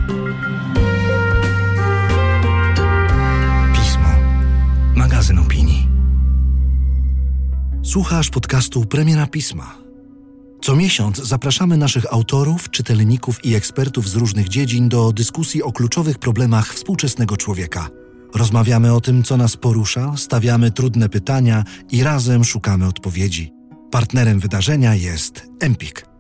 Pismo. Magazyn opinii. Słuchasz podcastu Premiera Pisma. Co miesiąc zapraszamy naszych autorów, czytelników i ekspertów z różnych dziedzin do dyskusji o kluczowych problemach współczesnego człowieka. Rozmawiamy o tym, co nas porusza, stawiamy trudne pytania i razem szukamy odpowiedzi. Partnerem wydarzenia jest Empik.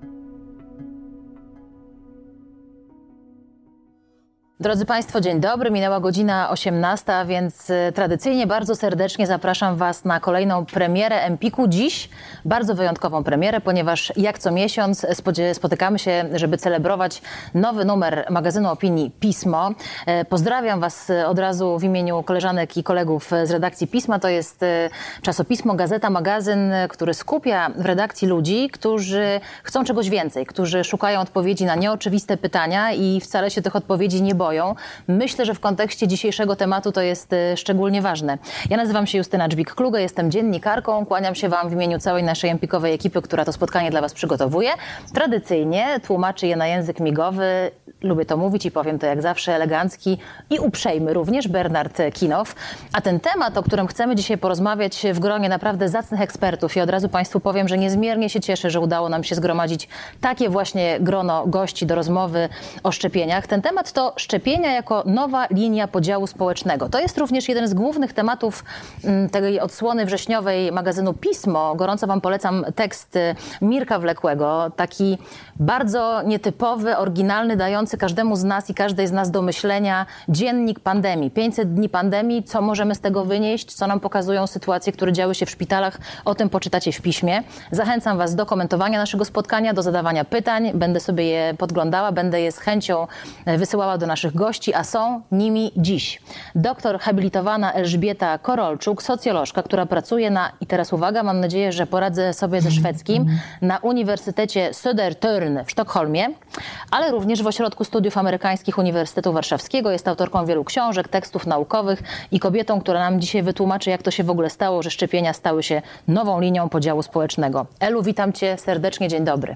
Drodzy Państwo, dzień dobry. Minęła godzina 18, więc tradycyjnie bardzo serdecznie zapraszam Was na kolejną premierę Empiku. Dziś bardzo wyjątkową premierę, ponieważ jak co miesiąc spotykamy się, żeby celebrować nowy numer magazynu opinii Pismo. Pozdrawiam Was od razu w imieniu koleżanek i kolegów z redakcji Pisma. To jest czasopismo, gazeta, magazyn, który skupia w redakcji ludzi, którzy chcą czegoś więcej, którzy szukają odpowiedzi na nieoczywiste pytania i wcale się tych odpowiedzi nie boją. Myślę, że w kontekście dzisiejszego tematu to jest szczególnie ważne. Ja nazywam się Justyna Dżbik-Kluge, jestem dziennikarką. Kłaniam się Wam w imieniu całej naszej empikowej ekipy, która to spotkanie dla Was przygotowuje. Tradycyjnie tłumaczy je na język migowy. Lubię to mówić i powiem to jak zawsze elegancki i uprzejmy również Bernard Kinow. A ten temat, o którym chcemy dzisiaj porozmawiać w gronie naprawdę zacnych ekspertów i od razu Państwu powiem, że niezmiernie się cieszę, że udało nam się zgromadzić takie właśnie grono gości do rozmowy o szczepieniach. Ten temat to szczepienia jako nowa linia podziału społecznego. To jest również jeden z głównych tematów tej odsłony wrześniowej magazynu Pismo. Gorąco Wam polecam tekst Mirka Wlekłego, taki bardzo nietypowy, oryginalny, dający każdemu z nas i każdej z nas do myślenia dziennik pandemii. 500 dni pandemii, co możemy z tego wynieść, co nam pokazują sytuacje, które działy się w szpitalach. O tym poczytacie w piśmie. Zachęcam Was do komentowania naszego spotkania, do zadawania pytań. Będę sobie je podglądała, będę je z chęcią wysyłała do naszych gości, a są nimi dziś doktor habilitowana Elżbieta Korolczuk, socjolożka, która pracuje i teraz uwaga, mam nadzieję, że poradzę sobie ze szwedzkim, na Uniwersytecie Södertörn w Sztokholmie, ale również w Ośrodku Studiów Amerykańskich Uniwersytetu Warszawskiego. Jest autorką wielu książek, tekstów naukowych i kobietą, która nam dzisiaj wytłumaczy, jak to się w ogóle stało, że szczepienia stały się nową linią podziału społecznego. Elu, witam Cię serdecznie, dzień dobry.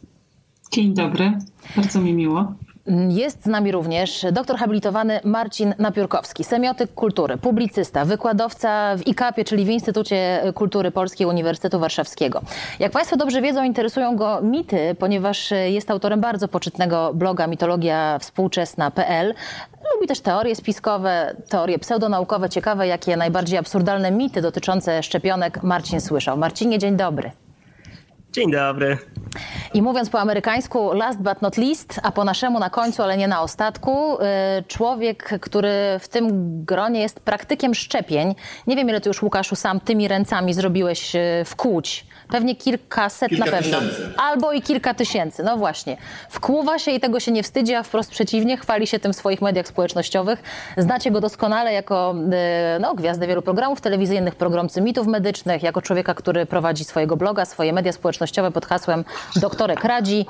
Dzień dobry, bardzo mi miło. Jest z nami również doktor habilitowany Marcin Napiórkowski, semiotyk kultury, publicysta, wykładowca w IKAP-ie, czyli w Instytucie Kultury Polskiej Uniwersytetu Warszawskiego. Jak Państwo dobrze wiedzą, interesują go mity, ponieważ jest autorem bardzo poczytnego bloga mitologiawspółczesna.pl. Lubi też teorie spiskowe, teorie pseudonaukowe, ciekawe, jakie najbardziej absurdalne mity dotyczące szczepionek Marcin słyszał. Marcinie, dzień dobry. Dzień dobry. I mówiąc po amerykańsku, last but not least, a po naszemu na końcu, ale nie na ostatku, człowiek, który w tym gronie jest praktykiem szczepień. Nie wiem, ile ty już, Łukaszu, sam tymi ręcami zrobiłeś w Kłódź. Pewnie kilkaset na pewno. Albo i kilka tysięcy. No właśnie. Wkłuwa się i tego się nie wstydzi, a wprost przeciwnie, chwali się tym w swoich mediach społecznościowych. Znacie go doskonale jako gwiazdę wielu programów telewizyjnych, pogromcy mitów medycznych, jako człowieka, który prowadzi swojego bloga, swoje media społecznościowe pod hasłem Doktorek Radzi,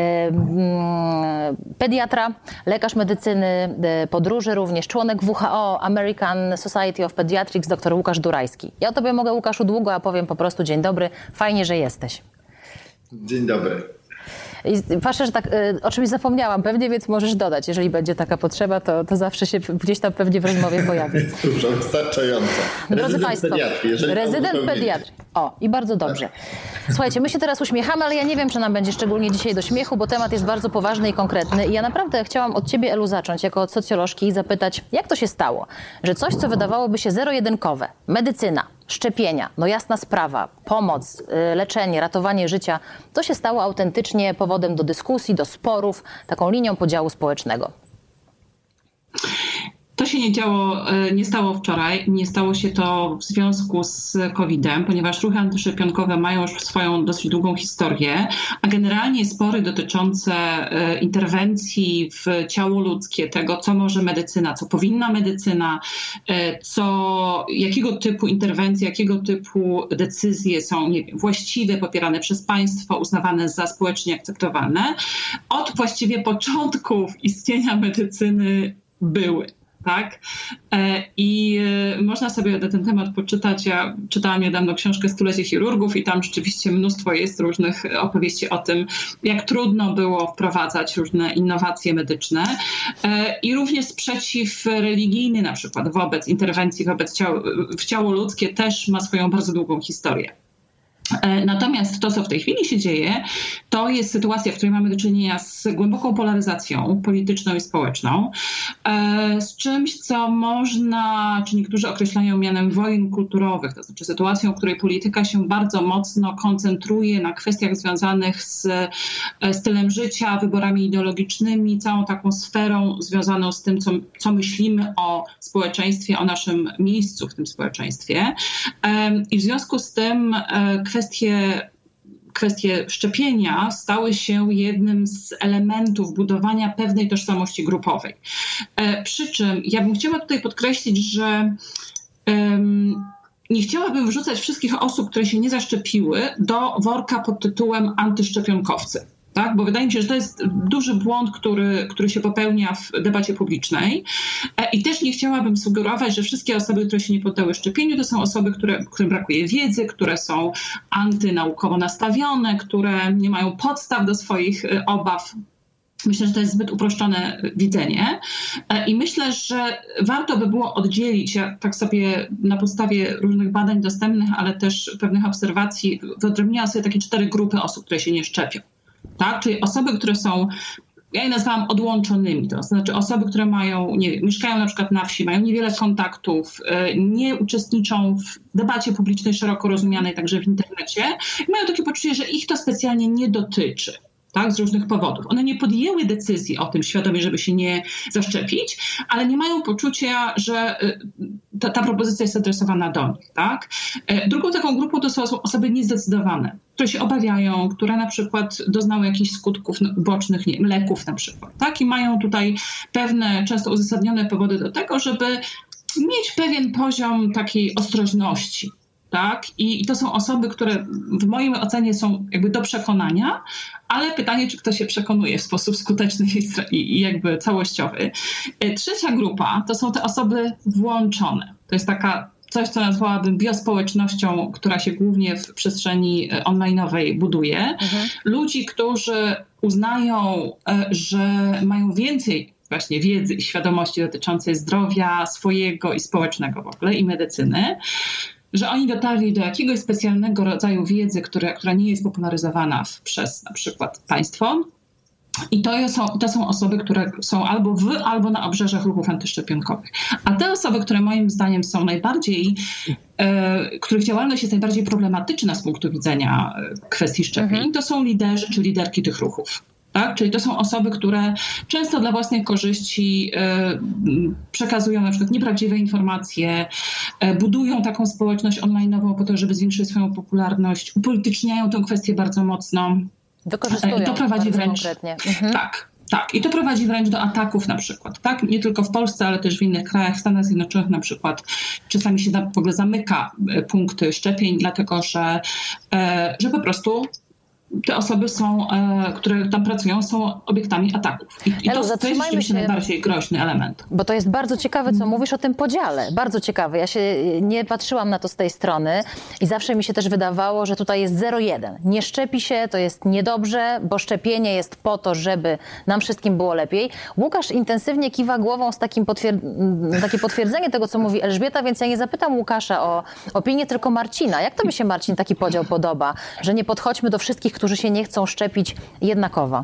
pediatra, lekarz medycyny, podróży również, członek WHO, American Society of Pediatrics, dr Łukasz Durajski. Ja o tobie mogę, Łukaszu, długo, a powiem po prostu dzień dobry. Fajnie, że jesteś. Dzień dobry. I patrzę, że tak o czymś zapomniałam pewnie, więc możesz dodać. Jeżeli będzie taka potrzeba, to zawsze się gdzieś tam pewnie w rozmowie pojawi. Dużo, wystarczająco. Drodzy Państwo, rezydent pediatrii. O, i bardzo dobrze. Słuchajcie, my się teraz uśmiechamy, ale ja nie wiem, czy nam będzie szczególnie dzisiaj do śmiechu, bo temat jest bardzo poważny i konkretny. I ja naprawdę chciałam od Ciebie, Elu, zacząć jako od socjolożki i zapytać, jak to się stało, że coś, co wydawałoby się zero-jedynkowe, medycyna, szczepienia, no jasna sprawa, pomoc, leczenie, ratowanie życia, to się stało autentycznie powodem do dyskusji, do sporów, taką linią podziału społecznego. To się nie stało wczoraj, nie stało się to w związku z COVID-em, ponieważ ruchy antyszczepionkowe mają już swoją dosyć długą historię, a generalnie spory dotyczące interwencji w ciało ludzkie, tego co może medycyna, co powinna medycyna, jakiego typu interwencje, jakiego typu decyzje są właściwe, popierane przez państwo, uznawane za społecznie akceptowalne, od właściwie początków istnienia medycyny były. Tak? I można sobie na ten temat poczytać. Ja czytałam niedawno książkę Stulecie chirurgów i tam rzeczywiście mnóstwo jest różnych opowieści o tym, jak trudno było wprowadzać różne innowacje medyczne i również sprzeciw religijny na przykład wobec interwencji w ciało ludzkie też ma swoją bardzo długą historię. Natomiast to, co w tej chwili się dzieje, to jest sytuacja, w której mamy do czynienia z głęboką polaryzacją polityczną i społeczną, z czymś, co można, czy niektórzy określają mianem wojen kulturowych, to znaczy sytuacją, w której polityka się bardzo mocno koncentruje na kwestiach związanych z stylem życia, wyborami ideologicznymi, całą taką sferą związaną z tym, co myślimy o społeczeństwie, o naszym miejscu w tym społeczeństwie. I w związku z tym kwestie szczepienia stały się jednym z elementów budowania pewnej tożsamości grupowej. Przy czym ja bym chciała tutaj podkreślić, że nie chciałabym wrzucać wszystkich osób, które się nie zaszczepiły, do worka pod tytułem antyszczepionkowcy. Tak? Bo wydaje mi się, że to jest duży błąd, który się popełnia w debacie publicznej. I też nie chciałabym sugerować, że wszystkie osoby, które się nie poddały szczepieniu, to są osoby, którym brakuje wiedzy, które są antynaukowo nastawione, które nie mają podstaw do swoich obaw. Myślę, że to jest zbyt uproszczone widzenie i myślę, że warto by było oddzielić, ja tak sobie na podstawie różnych badań dostępnych, ale też pewnych obserwacji wyodrębniałam sobie takie 4 grupy osób, które się nie szczepią. Tak? Czyli osoby, które są, ja je nazwałam odłączonymi, to znaczy osoby, które mieszkają na przykład na wsi, mają niewiele kontaktów, nie uczestniczą w debacie publicznej szeroko rozumianej, także w internecie i mają takie poczucie, że ich to specjalnie nie dotyczy. Tak, z różnych powodów. One nie podjęły decyzji o tym świadomie, żeby się nie zaszczepić, ale nie mają poczucia, że ta propozycja jest adresowana do nich. Tak? Drugą taką grupą to są osoby niezdecydowane, które się obawiają, które na przykład doznały jakichś skutków ubocznych, leków na przykład. Tak? I mają tutaj pewne, często uzasadnione powody do tego, żeby mieć pewien poziom takiej ostrożności. Tak? I to są osoby, które w mojej ocenie są jakby do przekonania, ale pytanie, czy ktoś się przekonuje w sposób skuteczny i jakby całościowy. Trzecia grupa to są te osoby włączone. To jest coś, co nazwałabym biospołecznością, która się głównie w przestrzeni online'owej buduje. Ludzi, którzy uznają, że mają więcej właśnie wiedzy i świadomości dotyczącej zdrowia swojego i społecznego w ogóle i medycyny, że oni dotarli do jakiegoś specjalnego rodzaju wiedzy, która nie jest popularyzowana przez na przykład państwo. I to są osoby, które są albo na obrzeżach ruchów antyszczepionkowych. A te osoby, które moim zdaniem są których działalność jest najbardziej problematyczna z punktu widzenia kwestii szczepień, to są liderzy czy liderki tych ruchów. Tak? Czyli to są osoby, które często dla własnych korzyści przekazują na przykład nieprawdziwe informacje, budują taką społeczność online'ową po to, żeby zwiększyć swoją popularność, upolityczniają tę kwestię bardzo mocno. Wykorzystują i to prowadzi wręcz konkretnie. Tak. I to prowadzi wręcz do ataków na przykład. Tak? Nie tylko w Polsce, ale też w innych krajach, w Stanach Zjednoczonych na przykład. Czasami się w ogóle zamyka punkty szczepień, dlatego że po prostu te osoby które tam pracują, są obiektami ataków. I to jest rzeczywiście najbardziej groźny element. Bo to jest bardzo ciekawe, co mówisz o tym podziale. Bardzo ciekawe. Ja się nie patrzyłam na to z tej strony i zawsze mi się też wydawało, że tutaj jest 0-1. Nie szczepi się, to jest niedobrze, bo szczepienie jest po to, żeby nam wszystkim było lepiej. Łukasz intensywnie kiwa głową z takie potwierdzenie tego, co mówi Elżbieta, więc ja nie zapytam Łukasza o opinię, tylko Marcina. Jak tobie się, Marcin, taki podział podoba? Że nie podchodźmy do wszystkich, którzy się nie chcą szczepić jednakowo?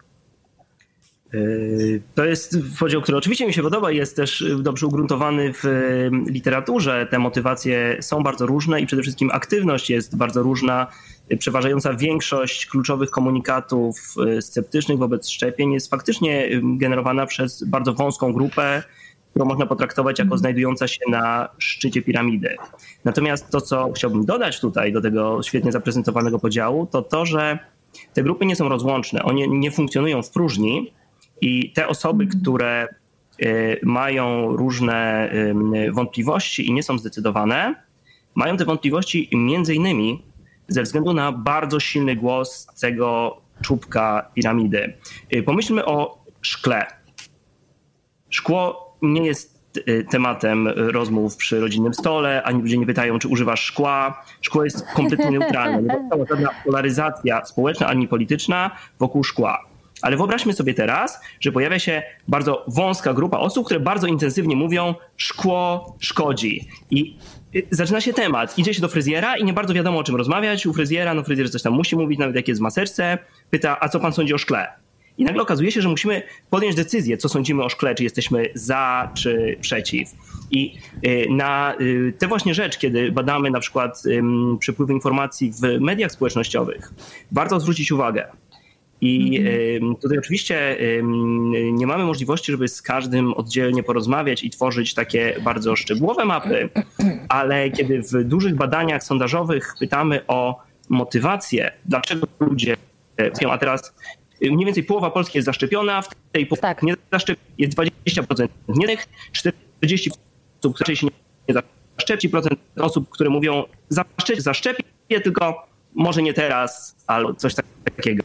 To jest podział, który oczywiście mi się podoba i jest też dobrze ugruntowany w literaturze. Te motywacje są bardzo różne i przede wszystkim aktywność jest bardzo różna. Przeważająca większość kluczowych komunikatów sceptycznych wobec szczepień jest faktycznie generowana przez bardzo wąską grupę, którą można potraktować jako znajdująca się na szczycie piramidy. Natomiast to, co chciałbym dodać tutaj do tego świetnie zaprezentowanego podziału, to to, że te grupy nie są rozłączne. One nie funkcjonują w próżni i te osoby, które mają różne wątpliwości i nie są zdecydowane, mają te wątpliwości między innymi ze względu na bardzo silny głos tego czubka piramidy. Pomyślmy o szkle. Szkło nie jest tematem rozmów przy rodzinnym stole, ani ludzie nie pytają, czy używasz szkła. Szkło jest kompletnie neutralne. Nie powstała żadna polaryzacja społeczna ani polityczna wokół szkła. Ale wyobraźmy sobie teraz, że pojawia się bardzo wąska grupa osób, które bardzo intensywnie mówią, szkło szkodzi. I zaczyna się temat. Idzie się do fryzjera i nie bardzo wiadomo, o czym rozmawiać. U fryzjera, fryzjer coś tam musi mówić, nawet jak jest w maseczce. Pyta, a co pan sądzi o szkle? I nagle okazuje się, że musimy podjąć decyzję, co sądzimy o szkle, czy jesteśmy za, czy przeciw. I na tę właśnie rzecz, kiedy badamy na przykład przepływy informacji w mediach społecznościowych, warto zwrócić uwagę. I tutaj oczywiście nie mamy możliwości, żeby z każdym oddzielnie porozmawiać i tworzyć takie bardzo szczegółowe mapy, ale kiedy w dużych badaniach sondażowych pytamy o motywację, dlaczego ludzie, a teraz mniej więcej połowa Polski jest zaszczepiona, w tej połowie nie zaszczepiona jest 20% nie, 40% osób, które się nie zaszczepi, 10% osób, które mówią zaszczepię, tylko może nie teraz, albo coś takiego.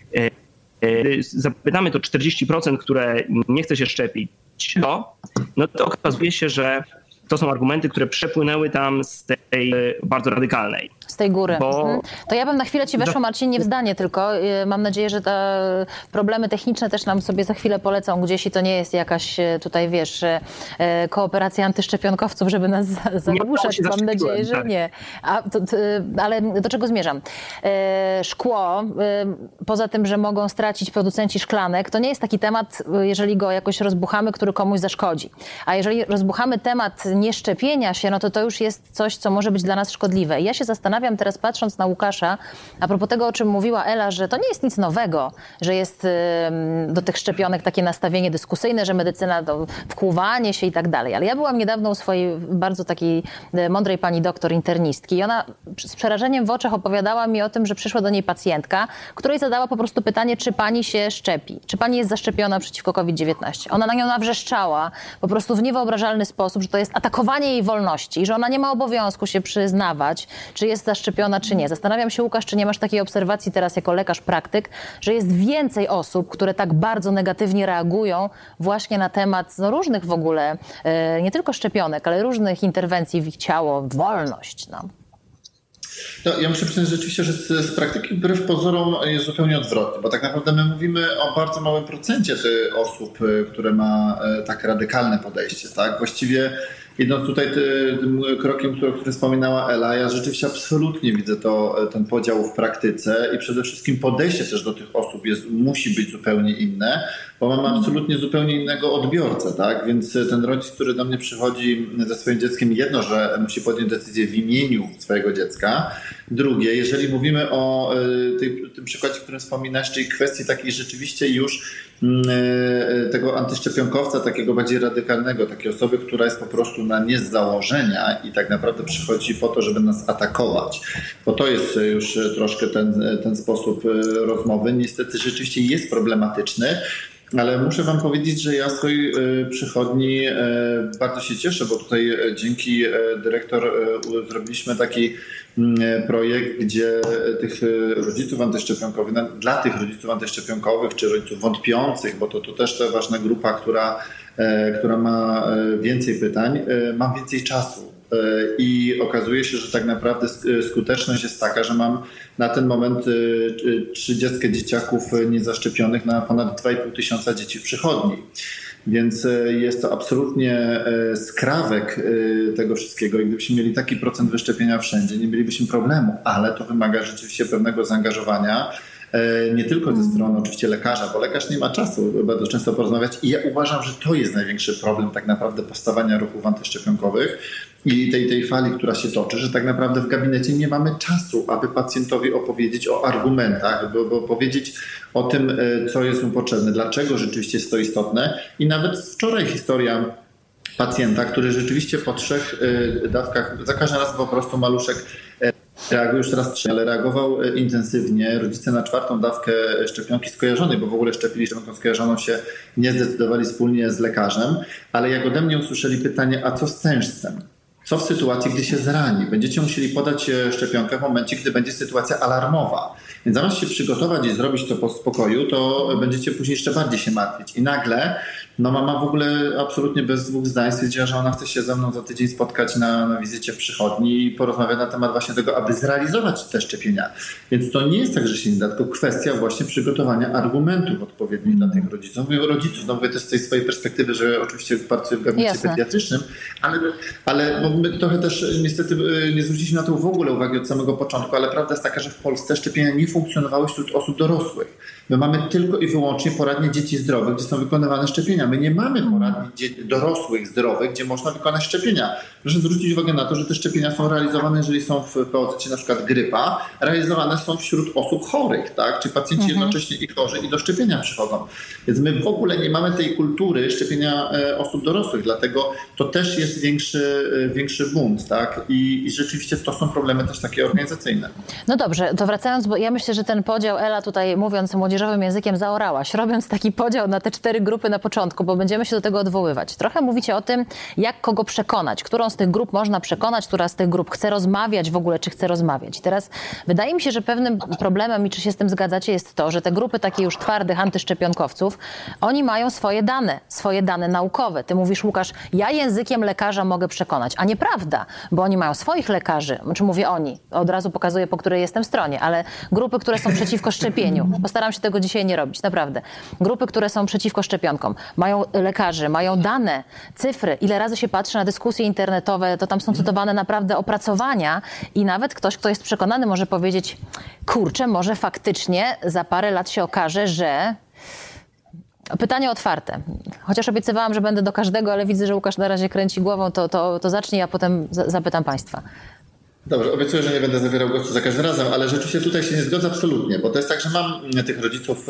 Zapytamy to 40%, które nie chce się szczepić, no to okazuje się, że to są argumenty, które przepłynęły tam z tej bardzo radykalnej. Z tej góry. To ja bym na chwilę ci weszła, Marcin, nie w zdanie tylko. Mam nadzieję, że te problemy techniczne też nam sobie za chwilę polecą gdzieś i to nie jest jakaś tutaj, wiesz, kooperacja antyszczepionkowców, żeby nas zagłuszać. Mam nadzieję, że nie. Ale do czego zmierzam? Szkło, poza tym, że mogą stracić producenci szklanek, to nie jest taki temat, jeżeli go jakoś rozbuchamy, który komuś zaszkodzi. A jeżeli rozbuchamy temat nieszczepienia się, no to już jest coś, co może być dla nas szkodliwe. I ja się zastanawiam teraz, patrząc na Łukasza, a propos tego, o czym mówiła Ela, że to nie jest nic nowego, że jest do tych szczepionek takie nastawienie dyskusyjne, że medycyna to wkłuwanie się i tak dalej. Ale ja byłam niedawno u swojej bardzo takiej mądrej pani doktor internistki i ona z przerażeniem w oczach opowiadała mi o tym, że przyszła do niej pacjentka, której zadała po prostu pytanie, czy pani się szczepi, czy pani jest zaszczepiona przeciwko COVID-19. Ona na nią nawrzeszczała po prostu w niewyobrażalny sposób, że to jest atakowanie jej wolności i że ona nie ma obowiązku się przyznawać, czy jest zaszczepiona, czy nie. Zastanawiam się, Łukasz, czy nie masz takiej obserwacji teraz jako lekarz praktyk, że jest więcej osób, które tak bardzo negatywnie reagują właśnie na temat różnych w ogóle, nie tylko szczepionek, ale różnych interwencji w ich ciało, w wolność. No, ja muszę przyznać rzeczywiście, że z praktyki wbrew pozorom jest zupełnie odwrotnie, bo tak naprawdę my mówimy o bardzo małym procencie tych osób, które ma tak radykalne podejście. Tak? Właściwie idąc tutaj tym krokiem, który wspominała Ela, ja rzeczywiście absolutnie widzę ten podział w praktyce i przede wszystkim podejście też do tych osób musi być zupełnie inne, bo mamy absolutnie zupełnie innego odbiorcę, tak? Więc ten rodzic, który do mnie przychodzi ze swoim dzieckiem, jedno, że musi podjąć decyzję w imieniu swojego dziecka. Drugie, jeżeli mówimy o tym przykładzie, o którym wspominasz, czyli kwestii takiej rzeczywiście już tego antyszczepionkowca, takiego bardziej radykalnego, takiej osoby, która jest po prostu na nie z założenia i tak naprawdę przychodzi po to, żeby nas atakować. Bo to jest już troszkę ten sposób rozmowy. Niestety rzeczywiście jest problematyczny. Ale muszę wam powiedzieć, że ja w swojej przychodni bardzo się cieszę, bo tutaj dzięki dyrektor zrobiliśmy taki projekt, gdzie tych rodziców antyszczepionkowych, dla tych rodziców antyszczepionkowych czy rodziców wątpiących, bo to też ta ważna grupa, która ma więcej pytań, mam więcej czasu. I okazuje się, że tak naprawdę skuteczność jest taka, że mam na ten moment 30 dzieciaków niezaszczepionych na ponad 2,5 tysiąca dzieci w przychodni. Więc jest to absolutnie skrawek tego wszystkiego i gdybyśmy mieli taki procent wyszczepienia wszędzie, nie mielibyśmy problemu, ale to wymaga rzeczywiście pewnego zaangażowania, nie tylko ze strony oczywiście lekarza, bo lekarz nie ma czasu bardzo często porozmawiać i ja uważam, że to jest największy problem tak naprawdę powstawania ruchów antyszczepionkowych i tej fali, która się toczy, że tak naprawdę w gabinecie nie mamy czasu, aby pacjentowi opowiedzieć o argumentach, bo powiedzieć o tym, co jest mu potrzebne, dlaczego rzeczywiście jest to istotne. I nawet wczoraj historia pacjenta, który rzeczywiście po 3 dawkach, za każdym razem po prostu maluszek reaguje już teraz 3, ale reagował intensywnie. Rodzice na 4. dawkę szczepionki skojarzonej, bo w ogóle szczepili szczepionką skojarzoną się nie zdecydowali wspólnie z lekarzem, ale jak ode mnie usłyszeli pytanie, a co z tężcem? Co w sytuacji, gdy się zrani? Będziecie musieli podać szczepionkę w momencie, gdy będzie sytuacja alarmowa. Więc zamiast się przygotować i zrobić to po spokoju, to będziecie później jeszcze bardziej się martwić. I nagle mama w ogóle absolutnie bez dwóch zdań stwierdziła, że ona chce się ze mną za tydzień spotkać na wizycie w przychodni i porozmawiać na temat właśnie tego, aby zrealizować te szczepienia. Więc to nie jest tak, że się nie da, tylko kwestia właśnie przygotowania argumentów odpowiednich dla tych rodziców. Mówię o rodziców, mówię też z tej swojej perspektywy, że oczywiście pracuję w gabinecie pediatrycznym, ale bo my trochę też niestety nie zwróciliśmy na to w ogóle uwagi od samego początku, ale prawda jest taka, że w Polsce szczepienia nie funkcjonowały wśród osób dorosłych. My mamy tylko i wyłącznie poradnie dzieci zdrowych, gdzie są wykonywane szczepienia. My nie mamy poradni dorosłych zdrowych, gdzie można wykonać szczepienia. Proszę zwrócić uwagę na to, że te szczepienia są realizowane, jeżeli są w POZ, na przykład grypa, realizowane są wśród osób chorych, tak? Czy pacjenci jednocześnie i chorzy i do szczepienia przychodzą. Więc my w ogóle nie mamy tej kultury szczepienia osób dorosłych, dlatego to też jest większy bunt, tak? I rzeczywiście to są problemy też takie organizacyjne. No dobrze, to wracając, bo ja myślę, że ten podział, Ela tutaj mówiąc młodzieżowym językiem zaorałaś, robiąc taki podział na te 4 grupy na początku, bo będziemy się do tego odwoływać. Trochę mówicie o tym, jak kogo przekonać, którą z tych grup można przekonać, która z tych grup chce rozmawiać w ogóle, czy chce rozmawiać. Teraz wydaje mi się, że pewnym problemem, i czy się z tym zgadzacie, jest to, że te grupy takie już twardych antyszczepionkowców, oni mają swoje dane naukowe. Ty mówisz, Łukasz, ja językiem lekarza mogę przekonać, a nieprawda, bo oni mają swoich lekarzy, czy mówię oni, od razu pokazuję, po której jestem stronie, ale grupy, które są przeciwko szczepieniu, postaram się tego dzisiaj nie robić, naprawdę. Grupy, które są przeciwko szczepionkom, mają lekarzy, mają dane, cyfry, ile razy się patrzy na dyskusje internetowe, to tam są cytowane naprawdę opracowania i nawet ktoś, kto jest przekonany, może powiedzieć, kurczę, może faktycznie za parę lat się okaże, że... Pytanie otwarte. Chociaż obiecywałam, że będę do każdego, ale widzę, że Łukasz na razie kręci głową, to zacznij, a potem zapytam Państwa. Dobrze, obiecuję, że nie będę zabierał głosu za każdym razem, ale rzeczywiście tutaj się nie zgodzę absolutnie, bo to jest tak, że mam tych rodziców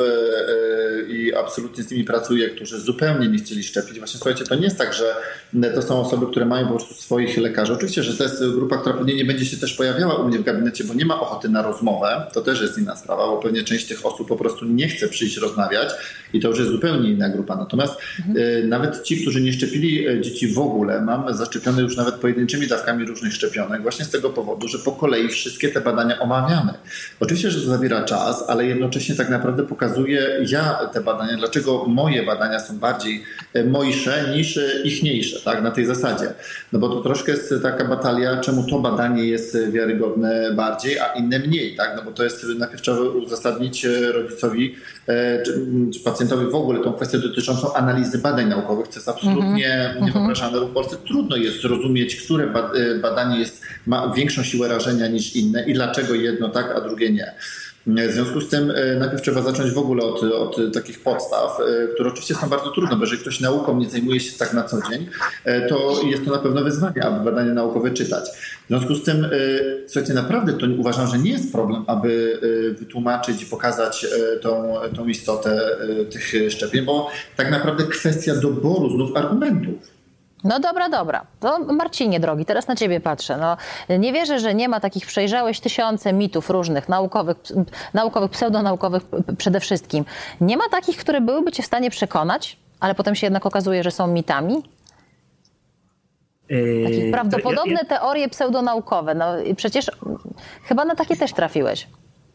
i absolutnie z nimi pracuję, którzy zupełnie nie chcieli szczepić. Właśnie słuchajcie, to nie jest tak, że to są osoby, które mają po prostu swoich lekarzy. Oczywiście, że to jest grupa, która pewnie nie będzie się też pojawiała u mnie w gabinecie, bo nie ma ochoty na rozmowę. To też jest inna sprawa, bo pewnie część tych osób po prostu nie chce przyjść rozmawiać i to już jest zupełnie inna grupa. Natomiast nawet ci, którzy nie szczepili dzieci w ogóle, mam zaszczepione już nawet pojedynczymi dawkami różnych szczepionek, właśnie z tego powodu, że po kolei wszystkie te badania omawiamy. Oczywiście, że to zabiera czas, ale jednocześnie tak naprawdę pokazuję ja te badania, dlaczego moje badania są bardziej mojsze niż ichniejsze, tak, na tej zasadzie. No bo to troszkę jest taka batalia, czemu to badanie jest wiarygodne bardziej, a inne mniej, tak, no bo to jest najpierw trzeba uzasadnić rodzicowi czy pacjentowi w ogóle tą kwestię dotyczącą analizy badań naukowych, co jest absolutnie niewyobrażalne, bo w Polsce trudno jest zrozumieć, które badanie ma większą siłę rażenia niż inne i dlaczego jedno tak, a drugie nie. W związku z tym najpierw trzeba zacząć w ogóle od takich podstaw, które oczywiście są bardzo trudne, bo jeżeli ktoś nauką nie zajmuje się tak na co dzień, to jest to na pewno wyzwanie, aby badania naukowe czytać. W związku z tym, słuchajcie, naprawdę to uważam, że nie jest problem, aby wytłumaczyć i pokazać tą istotę tych szczepień, bo tak naprawdę kwestia doboru znów argumentów. No dobra. To Marcinie drogi, teraz na ciebie patrzę. No, nie wierzę, że nie ma takich, przejrzałeś tysiące mitów różnych, naukowych, pseudonaukowych przede wszystkim. Nie ma takich, które byłyby cię w stanie przekonać, ale potem się jednak okazuje, że są mitami? Takie prawdopodobne teorie pseudonaukowe. No przecież chyba na takie też trafiłeś.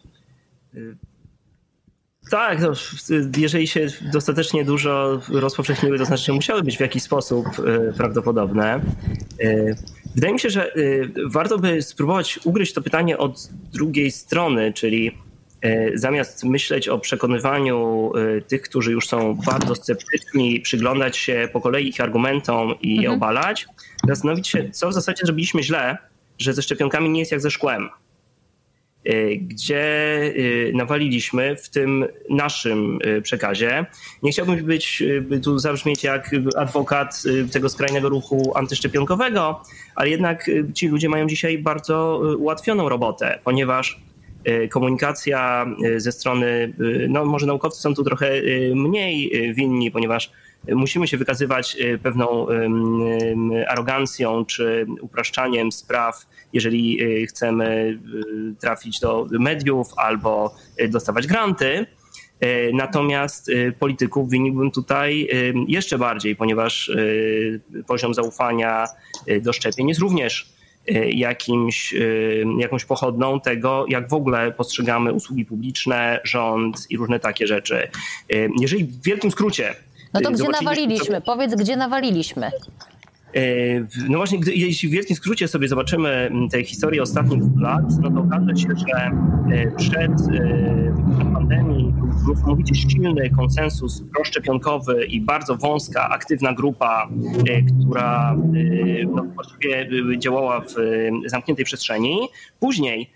Tak, no, jeżeli się dostatecznie dużo rozpowszechniły, to znaczy, że musiały być w jakiś sposób prawdopodobne. Wydaje mi się, że warto by spróbować ugryźć to pytanie od drugiej strony, czyli zamiast myśleć o przekonywaniu tych, którzy już są bardzo sceptyczni, przyglądać się po kolei ich argumentom i je obalać, zastanowić się, co w zasadzie zrobiliśmy źle, że ze szczepionkami nie jest jak ze szkłem. Gdzie nawaliliśmy w tym naszym przekazie. Nie chciałbym tu zabrzmieć jak adwokat tego skrajnego ruchu antyszczepionkowego, ale jednak ci ludzie mają dzisiaj bardzo ułatwioną robotę, ponieważ komunikacja ze strony, no może naukowcy są tu trochę mniej winni, ponieważ musimy się wykazywać pewną arogancją czy upraszczaniem spraw, jeżeli chcemy trafić do mediów albo dostawać granty. Natomiast polityków winiłbym tutaj jeszcze bardziej, ponieważ poziom zaufania do szczepień jest również jakąś pochodną tego, jak w ogóle postrzegamy usługi publiczne, rząd i różne takie rzeczy. Jeżeli w wielkim skrócie... No to gdzie nawaliliśmy? Powiedz, gdzie nawaliliśmy. No właśnie, jeśli w wielkim skrócie sobie zobaczymy tę historię ostatnich 2 lat, no to okaże się, że przed pandemii był niesamowicie silny konsensus proszczepionkowy i bardzo wąska, aktywna grupa, która właściwie działała w zamkniętej przestrzeni. Później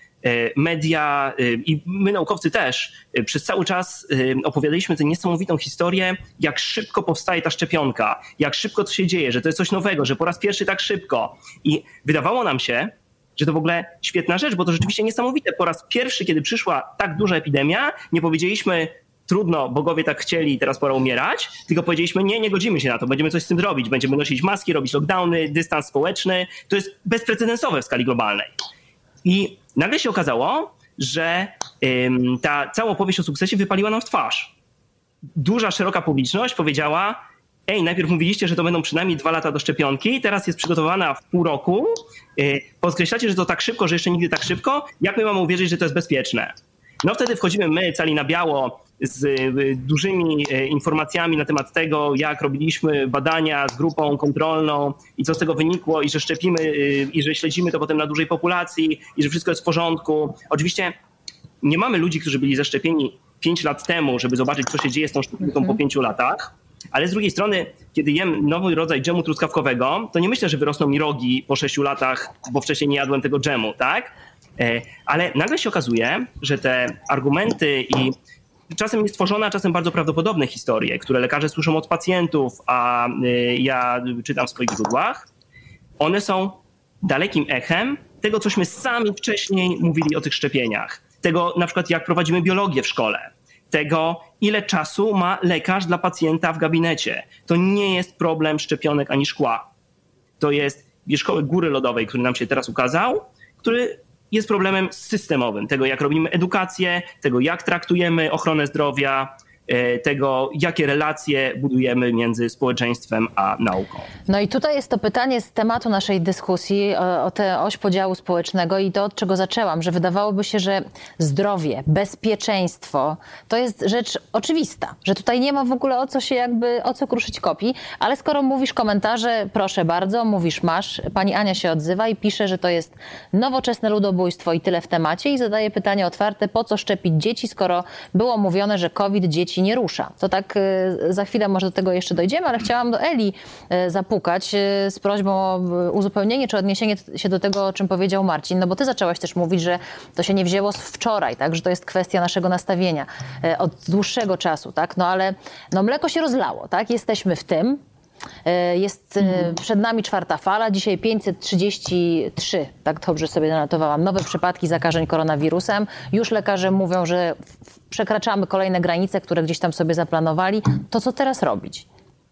media i my naukowcy też przez cały czas opowiadaliśmy tę niesamowitą historię, jak szybko powstaje ta szczepionka, jak szybko to się dzieje, że to jest coś nowego, że po raz pierwszy tak szybko. I wydawało nam się, że to w ogóle świetna rzecz, bo to rzeczywiście niesamowite. Po raz pierwszy, kiedy przyszła tak duża epidemia, nie powiedzieliśmy trudno, bogowie tak chcieli, teraz pora umierać, tylko powiedzieliśmy nie godzimy się na to, będziemy coś z tym robić, będziemy nosić maski, robić lockdowny, dystans społeczny. To jest bezprecedensowe w skali globalnej. I nagle się okazało, że ta cała opowieść o sukcesie wypaliła nam w twarz. Duża, szeroka publiczność powiedziała: najpierw mówiliście, że to będą przynajmniej 2 lata do szczepionki, teraz jest przygotowana w pół roku, podkreślacie, że to tak szybko, że jeszcze nigdy tak szybko, jak my mamy uwierzyć, że to jest bezpieczne? No wtedy wchodzimy my cali na biało z dużymi informacjami na temat tego, jak robiliśmy badania z grupą kontrolną i co z tego wynikło i że szczepimy i że śledzimy to potem na dużej populacji i że wszystko jest w porządku. Oczywiście nie mamy ludzi, którzy byli zaszczepieni 5 lat temu, żeby zobaczyć, co się dzieje z tą szczepionką po 5 latach. Ale z drugiej strony, kiedy jem nowy rodzaj dżemu truskawkowego, to nie myślę, że wyrosną mi rogi po 6 latach, bo wcześniej nie jadłem tego dżemu, tak? Ale nagle się okazuje, że te argumenty i czasem niestworzone, a czasem bardzo prawdopodobne historie, które lekarze słyszą od pacjentów, a ja czytam w swoich źródłach, one są dalekim echem tego, cośmy sami wcześniej mówili o tych szczepieniach. Tego na przykład, jak prowadzimy biologię w szkole. Tego, ile czasu ma lekarz dla pacjenta w gabinecie. To nie jest problem szczepionek ani szkła. To jest wierzchołek góry lodowej, który nam się teraz ukazał, który jest problemem systemowym. Tego, jak robimy edukację, tego, jak traktujemy ochronę zdrowia, tego, jakie relacje budujemy między społeczeństwem a nauką. No i tutaj jest to pytanie z tematu naszej dyskusji o tę oś podziału społecznego i to, od czego zaczęłam, że wydawałoby się, że zdrowie, bezpieczeństwo to jest rzecz oczywista, że tutaj nie ma w ogóle o co kruszyć kopii, ale skoro mówisz komentarze, proszę bardzo, mówisz masz, pani Ania się odzywa i pisze, że to jest nowoczesne ludobójstwo i tyle w temacie i zadaje pytanie otwarte, po co szczepić dzieci, skoro było mówione, że COVID dzieci nie rusza. To tak za chwilę może do tego jeszcze dojdziemy, ale chciałam do Eli zapukać z prośbą o uzupełnienie czy odniesienie się do tego, o czym powiedział Marcin, no bo ty zaczęłaś też mówić, że to się nie wzięło z wczoraj, tak, że to jest kwestia naszego nastawienia od dłuższego czasu, tak, no ale no mleko się rozlało, tak, jesteśmy w tym. Jest przed nami 4. fala, dzisiaj 533, tak dobrze sobie zanotowałam, nowe przypadki zakażeń koronawirusem. Już lekarze mówią, że przekraczamy kolejne granice, które gdzieś tam sobie zaplanowali. To co teraz robić?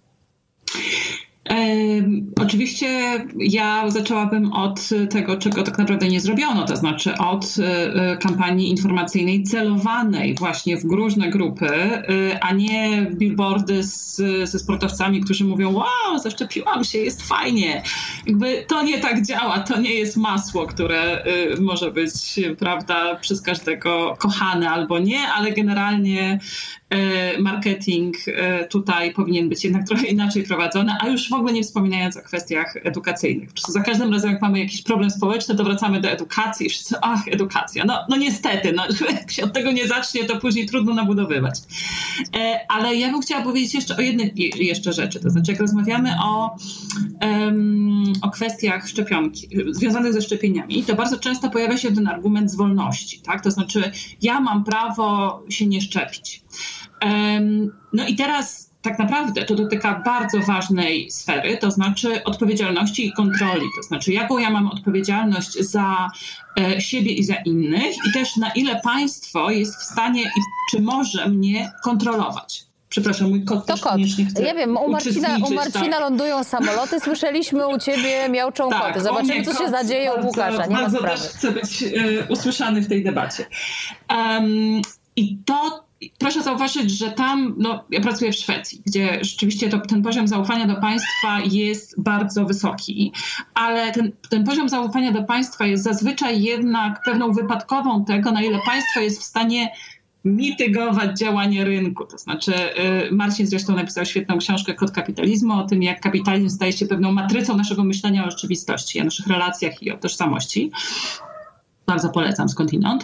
Oczywiście ja zaczęłabym od tego, czego tak naprawdę nie zrobiono, to znaczy od kampanii informacyjnej celowanej właśnie w różne grupy, a nie billboardy ze sportowcami, którzy mówią: wow, zaszczepiłam się, jest fajnie. Jakby to nie tak działa, to nie jest masło, które może być, prawda, przez każdego kochane albo nie, ale generalnie marketing tutaj powinien być jednak trochę inaczej prowadzony, a już w ogóle nie wspominając o kwestiach edukacyjnych. Za każdym razem, jak mamy jakiś problem społeczny, to wracamy do edukacji i wszyscy: ach, edukacja. No niestety, jak się od tego nie zacznie, to później trudno nabudowywać. Ale ja bym chciała powiedzieć jeszcze o jednej jeszcze rzeczy. To znaczy, jak rozmawiamy o kwestiach szczepionki, związanych ze szczepieniami, to bardzo często pojawia się ten argument z wolności, tak? To znaczy, ja mam prawo się nie szczepić. No i teraz tak naprawdę to dotyka bardzo ważnej sfery, to znaczy odpowiedzialności i kontroli. To znaczy, jaką ja mam odpowiedzialność za siebie i za innych i też na ile państwo jest w stanie i czy może mnie kontrolować. Przepraszam, mój kot też koniecznie chce. Ja wiem, u Marcina tak lądują samoloty, słyszeliśmy, u ciebie miauczą koty. Zobaczymy, co się zadzieje u Łukasza. Nie ma sprawy. Też chcę być usłyszany w tej debacie. I to proszę zauważyć, że tam, ja pracuję w Szwecji, gdzie rzeczywiście ten poziom zaufania do państwa jest bardzo wysoki, ale ten poziom zaufania do państwa jest zazwyczaj jednak pewną wypadkową tego, na ile państwo jest w stanie mitygować działanie rynku. To znaczy Marcin zresztą napisał świetną książkę Kod kapitalizmu o tym, jak kapitalizm staje się pewną matrycą naszego myślenia o rzeczywistości, o naszych relacjach i o tożsamości. Bardzo polecam skądinąd.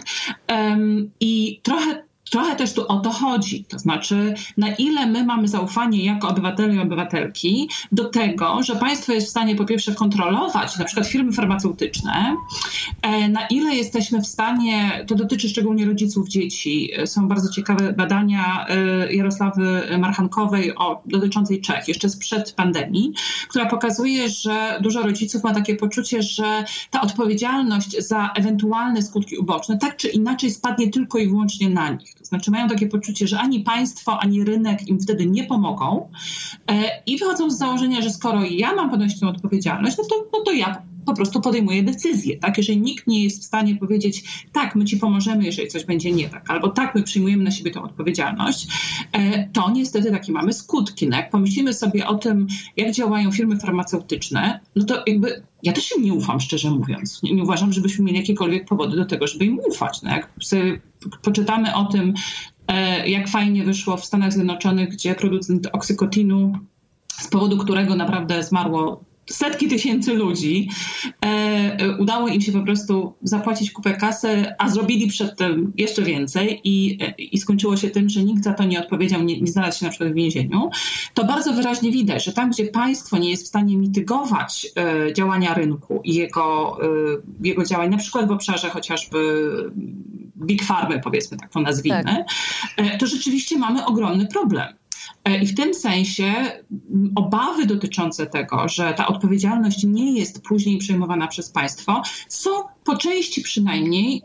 I trochę też tu o to chodzi. To znaczy, na ile my mamy zaufanie jako obywatele i obywatelki do tego, że państwo jest w stanie po pierwsze kontrolować na przykład firmy farmaceutyczne, na ile jesteśmy w stanie, to dotyczy szczególnie rodziców dzieci, są bardzo ciekawe badania Jarosławy Marchankowej dotyczącej Czech, jeszcze sprzed pandemii, która pokazuje, że dużo rodziców ma takie poczucie, że ta odpowiedzialność za ewentualne skutki uboczne tak czy inaczej spadnie tylko i wyłącznie na nich. To znaczy mają takie poczucie, że ani państwo, ani rynek im wtedy nie pomogą i wychodzą z założenia, że skoro ja mam ponosić tę odpowiedzialność, no to ja po prostu podejmuję decyzję. Tak? Jeżeli nikt nie jest w stanie powiedzieć, tak, my ci pomożemy, jeżeli coś będzie nie tak, albo tak, my przyjmujemy na siebie tę odpowiedzialność, to niestety takie mamy skutki. No jak pomyślimy sobie o tym, jak działają firmy farmaceutyczne, no to jakby ja też im nie ufam, szczerze mówiąc. Nie uważam, żebyśmy mieli jakiekolwiek powody do tego, żeby im ufać. No jak sobie poczytamy o tym, jak fajnie wyszło w Stanach Zjednoczonych, gdzie producent oksykotinu, z powodu którego naprawdę zmarło setki tysięcy ludzi, udało im się po prostu zapłacić kupę kasy, a zrobili przedtem jeszcze więcej i skończyło się tym, że nikt za to nie odpowiedział, nie znalazł się na przykład w więzieniu, to bardzo wyraźnie widać, że tam, gdzie państwo nie jest w stanie mitygować działania rynku i jego działań, na przykład w obszarze chociażby Big Pharmy, powiedzmy tak to nazwijmy, tak, to rzeczywiście mamy ogromny problem. I w tym sensie obawy dotyczące tego, że ta odpowiedzialność nie jest później przejmowana przez państwo, są po części przynajmniej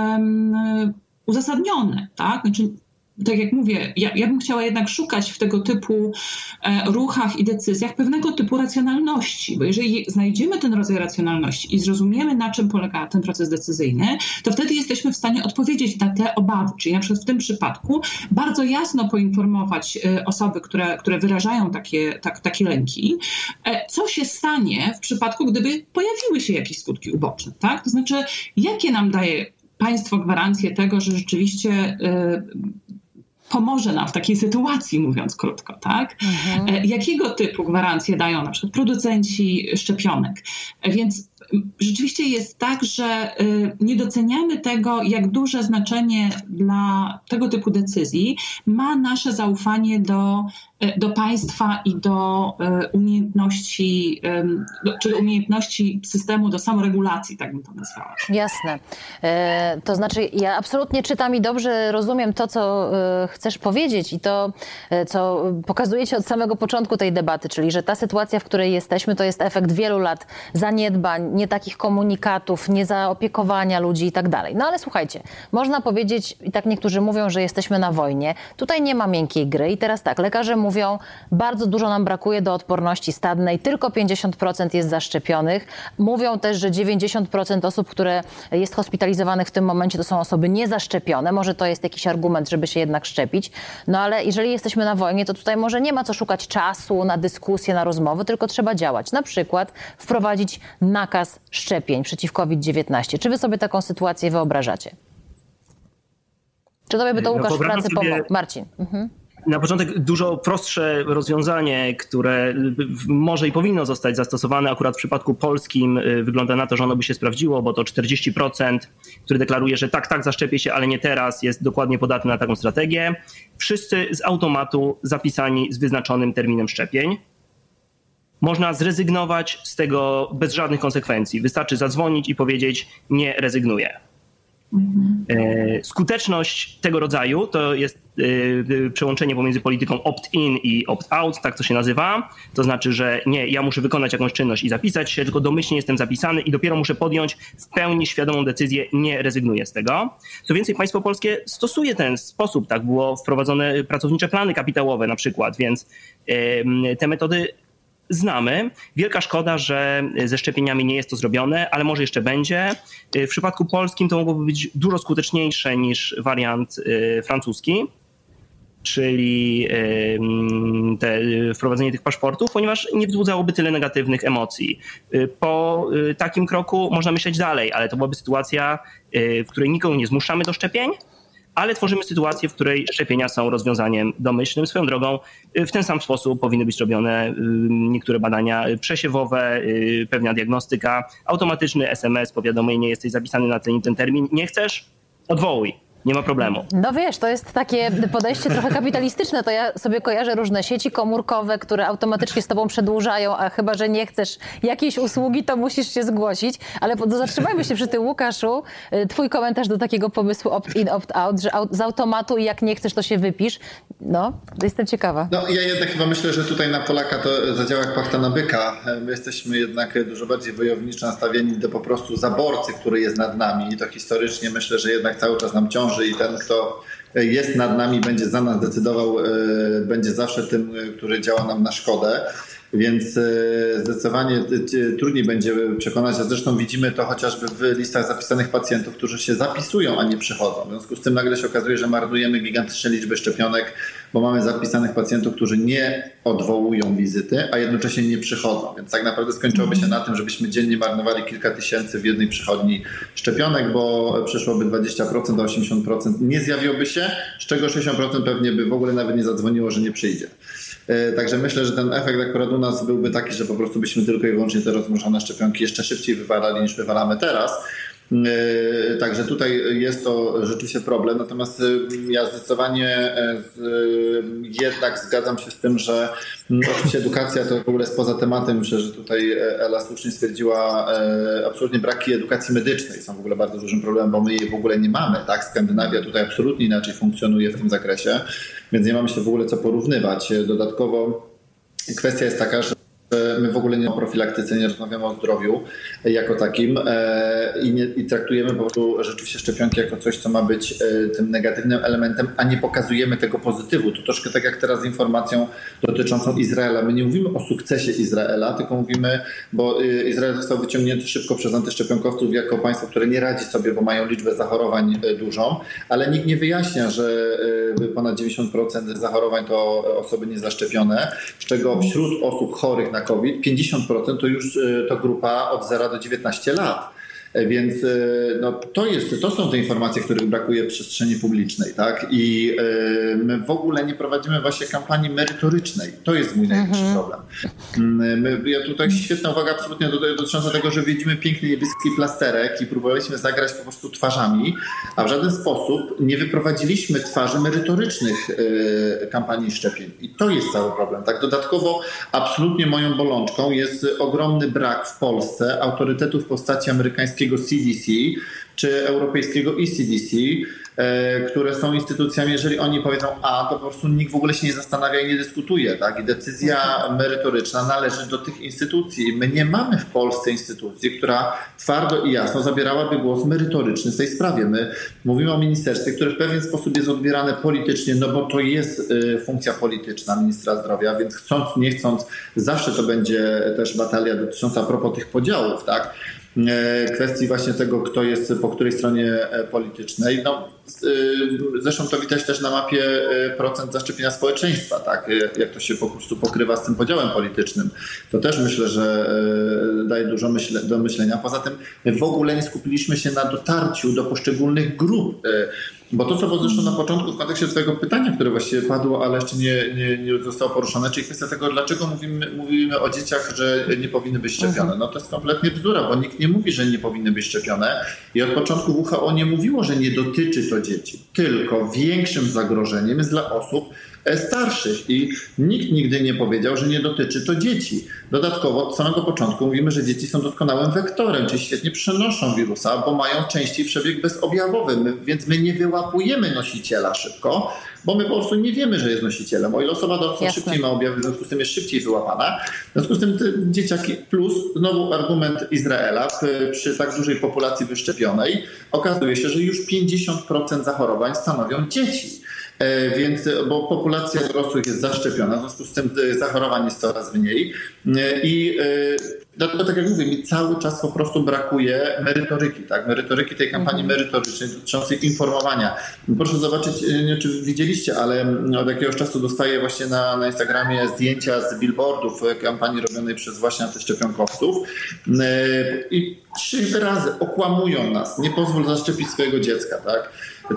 uzasadnione. Tak? Znaczy, tak jak mówię, ja bym chciała jednak szukać w tego typu ruchach i decyzjach pewnego typu racjonalności, bo jeżeli znajdziemy ten rodzaj racjonalności i zrozumiemy, na czym polega ten proces decyzyjny, to wtedy jesteśmy w stanie odpowiedzieć na te obawy. Czyli na przykład w tym przypadku bardzo jasno poinformować osoby, które wyrażają takie lęki, co się stanie w przypadku, gdyby pojawiły się jakieś skutki uboczne. Tak? To znaczy, jakie nam daje państwo gwarancję tego, że rzeczywiście pomoże nam w takiej sytuacji, mówiąc krótko, tak? Jakiego typu gwarancje dają na przykład producenci szczepionek? Więc rzeczywiście jest tak, że nie doceniamy tego, jak duże znaczenie dla tego typu decyzji ma nasze zaufanie do państwa i do umiejętności, czyli umiejętności systemu do samoregulacji, tak bym to nazwała. Jasne. To znaczy ja absolutnie czytam i dobrze rozumiem to, co chcesz powiedzieć i to, co pokazujecie od samego początku tej debaty, czyli że ta sytuacja, w której jesteśmy, to jest efekt wielu lat zaniedbań, nie takich komunikatów, nie zaopiekowania ludzi i tak dalej. No ale słuchajcie, można powiedzieć, i tak niektórzy mówią, że jesteśmy na wojnie. Tutaj nie ma miękkiej gry i teraz tak, lekarze mówią, bardzo dużo nam brakuje do odporności stadnej, tylko 50% jest zaszczepionych. Mówią też, że 90% osób, które jest hospitalizowanych w tym momencie, to są osoby niezaszczepione. Może to jest jakiś argument, żeby się jednak szczepić. No ale jeżeli jesteśmy na wojnie, to tutaj może nie ma co szukać czasu na dyskusję, na rozmowy, tylko trzeba działać. Na przykład wprowadzić nakaz szczepień przeciw COVID-19. Czy wy sobie taką sytuację wyobrażacie? Czy tobie by to, Łukasz, w pracy pomógł? Marcin. Na początek dużo prostsze rozwiązanie, które może i powinno zostać zastosowane akurat w przypadku polskim, wygląda na to, że ono by się sprawdziło, bo to 40%, który deklaruje, że tak, zaszczepię się, ale nie teraz, jest dokładnie podatny na taką strategię. Wszyscy z automatu zapisani z wyznaczonym terminem szczepień. Można zrezygnować z tego bez żadnych konsekwencji. Wystarczy zadzwonić i powiedzieć: nie rezygnuję. Skuteczność tego rodzaju to jest przełączenie pomiędzy polityką opt-in i opt-out, tak to się nazywa. To znaczy, że nie, ja muszę wykonać jakąś czynność i zapisać się, tylko domyślnie jestem zapisany i dopiero muszę podjąć w pełni świadomą decyzję, nie rezygnuję z tego. Co więcej, państwo polskie stosuje ten sposób, tak było wprowadzone pracownicze plany kapitałowe na przykład, więc te metody znamy. Wielka szkoda, że ze szczepieniami nie jest to zrobione, ale może jeszcze będzie. W przypadku polskim to mogłoby być dużo skuteczniejsze niż wariant francuski. czyli wprowadzenie tych paszportów, ponieważ nie wzbudzałoby tyle negatywnych emocji. Po takim kroku można myśleć dalej, ale to byłaby sytuacja, w której nikogo nie zmuszamy do szczepień, ale tworzymy sytuację, w której szczepienia są rozwiązaniem domyślnym. Swoją drogą w ten sam sposób powinny być robione niektóre badania przesiewowe, pewna diagnostyka, automatyczny SMS, powiadomienie, jesteś zapisany na ten termin, nie chcesz? Odwołuj. Nie ma problemu. No wiesz, to jest takie podejście trochę kapitalistyczne. To ja sobie kojarzę różne sieci komórkowe, które automatycznie z tobą przedłużają, a chyba, że nie chcesz jakiejś usługi, to musisz się zgłosić. Ale zatrzymajmy się przy tym, Łukaszu. Twój komentarz do takiego pomysłu opt-in, opt-out, że z automatu i jak nie chcesz, to się wypisz. No, jestem ciekawa. No, ja jednak chyba myślę, że tutaj na Polaka to zadziała jak pachta na byka. My jesteśmy jednak dużo bardziej wojowniczo nastawieni do po prostu zaborcy, który jest nad nami. I to historycznie myślę, że jednak cały czas nam ciąży i ten, kto jest nad nami, będzie za nas decydował, będzie zawsze tym, który działa nam na szkodę. Więc zdecydowanie trudniej będzie przekonać, a zresztą widzimy to chociażby w listach zapisanych pacjentów, którzy się zapisują, a nie przychodzą. W związku z tym nagle się okazuje, że marnujemy gigantyczne liczby szczepionek, bo mamy zapisanych pacjentów, którzy nie odwołują wizyty, a jednocześnie nie przychodzą. Więc tak naprawdę skończyłoby się na tym, żebyśmy dziennie marnowali kilka tysięcy w jednej przychodni szczepionek, bo przyszłoby 20% do 80% nie zjawiłoby się, z czego 60% pewnie by w ogóle nawet nie zadzwoniło, że nie przyjdzie. Także myślę, że ten efekt akurat u nas byłby taki, że po prostu byśmy tylko i wyłącznie te rozmnożone szczepionki jeszcze szybciej wywalali niż wywalamy teraz. Także tutaj jest to rzeczywiście problem, natomiast ja zdecydowanie jednak zgadzam się z tym, że oczywiście edukacja to w ogóle jest poza tematem. Myślę, że tutaj Ela słusznie stwierdziła absolutnie braki edukacji medycznej są w ogóle bardzo dużym problemem, bo my jej w ogóle nie mamy. Tak? Skandynawia tutaj absolutnie inaczej funkcjonuje w tym zakresie, więc nie mamy się w ogóle co porównywać. Dodatkowo kwestia jest taka, że my w ogóle nie o profilaktyce, nie rozmawiamy o zdrowiu jako takim i traktujemy po prostu rzeczywiście szczepionki jako coś, co ma być tym negatywnym elementem, a nie pokazujemy tego pozytywu. To troszkę tak jak teraz z informacją dotyczącą Izraela. My nie mówimy o sukcesie Izraela, tylko mówimy, bo Izrael został wyciągnięty szybko przez antyszczepionkowców jako państwo, które nie radzi sobie, bo mają liczbę zachorowań dużą, ale nikt nie wyjaśnia, że ponad 90% zachorowań to osoby niezaszczepione, z czego wśród osób chorych na COVID 50% to już to grupa od 0 do 19 lat. Więc no, to są te informacje, których brakuje w przestrzeni publicznej, tak? I my w ogóle nie prowadzimy właśnie kampanii merytorycznej. To jest mój największy problem. Ja tutaj świetna uwaga absolutnie dotycząca tego, że widzimy piękny niebieski plasterek i próbowaliśmy zagrać po prostu twarzami, a w żaden sposób nie wyprowadziliśmy twarzy merytorycznych kampanii szczepień. I to jest cały problem. Tak? Dodatkowo absolutnie moją bolączką jest ogromny brak w Polsce autorytetu w postaci amerykańskiego CDC czy europejskiego ECDC, które są instytucjami, jeżeli oni powiedzą A, to po prostu nikt w ogóle się nie zastanawia i nie dyskutuje. Tak? I decyzja merytoryczna należy do tych instytucji. My nie mamy w Polsce instytucji, która twardo i jasno zabierałaby głos merytoryczny w tej sprawie. My mówimy o ministerstwie, które w pewien sposób jest odbierane politycznie, no bo to jest funkcja polityczna ministra zdrowia, więc chcąc, nie chcąc, zawsze to będzie też batalia dotycząca a propos tych podziałów, tak? Kwestii właśnie tego, kto jest po której stronie politycznej. No, zresztą to widać też na mapie procent zaszczepienia społeczeństwa, tak? Jak to się po prostu pokrywa z tym podziałem politycznym. To też myślę, że daje dużo do myślenia. Poza tym w ogóle nie skupiliśmy się na dotarciu do poszczególnych grup. Bo to, co było zresztą na początku w kontekście twojego pytania, które właściwie padło, ale jeszcze nie zostało poruszone, czyli kwestia tego, dlaczego mówimy o dzieciach, że nie powinny być szczepione. No to jest kompletnie bzdura, bo nikt nie mówi, że nie powinny być szczepione i od początku WHO nie mówiło, że nie dotyczy to dzieci. Tylko większym zagrożeniem jest dla osób starszych i nikt nigdy nie powiedział, że nie dotyczy to dzieci. Dodatkowo od samego początku mówimy, że dzieci są doskonałym wektorem, czyli świetnie przenoszą wirusa, bo mają częściej przebieg bezobjawowy, więc my nie wyłapujemy nosiciela szybko, bo my po prostu nie wiemy, że jest nosicielem. O ile osoba dorosła szybciej ma objawy, w związku z tym jest szybciej wyłapana. W związku z tym te dzieciaki plus znowu argument Izraela przy tak dużej populacji wyszczepionej okazuje się, że już 50% zachorowań stanowią dzieci. Bo populacja dorosłych jest zaszczepiona, w związku z tym zachorowań jest coraz mniej i dlatego, tak jak mówię, mi cały czas po prostu brakuje merytoryki, tak? Merytoryki tej kampanii merytorycznej dotyczącej informowania. Proszę zobaczyć, nie wiem, czy widzieliście, ale od jakiegoś czasu dostaję właśnie na Instagramie zdjęcia z billboardów kampanii robionej przez właśnie antyszczepionkowców i 3 razy okłamują nas, nie pozwól zaszczepić swojego dziecka, tak?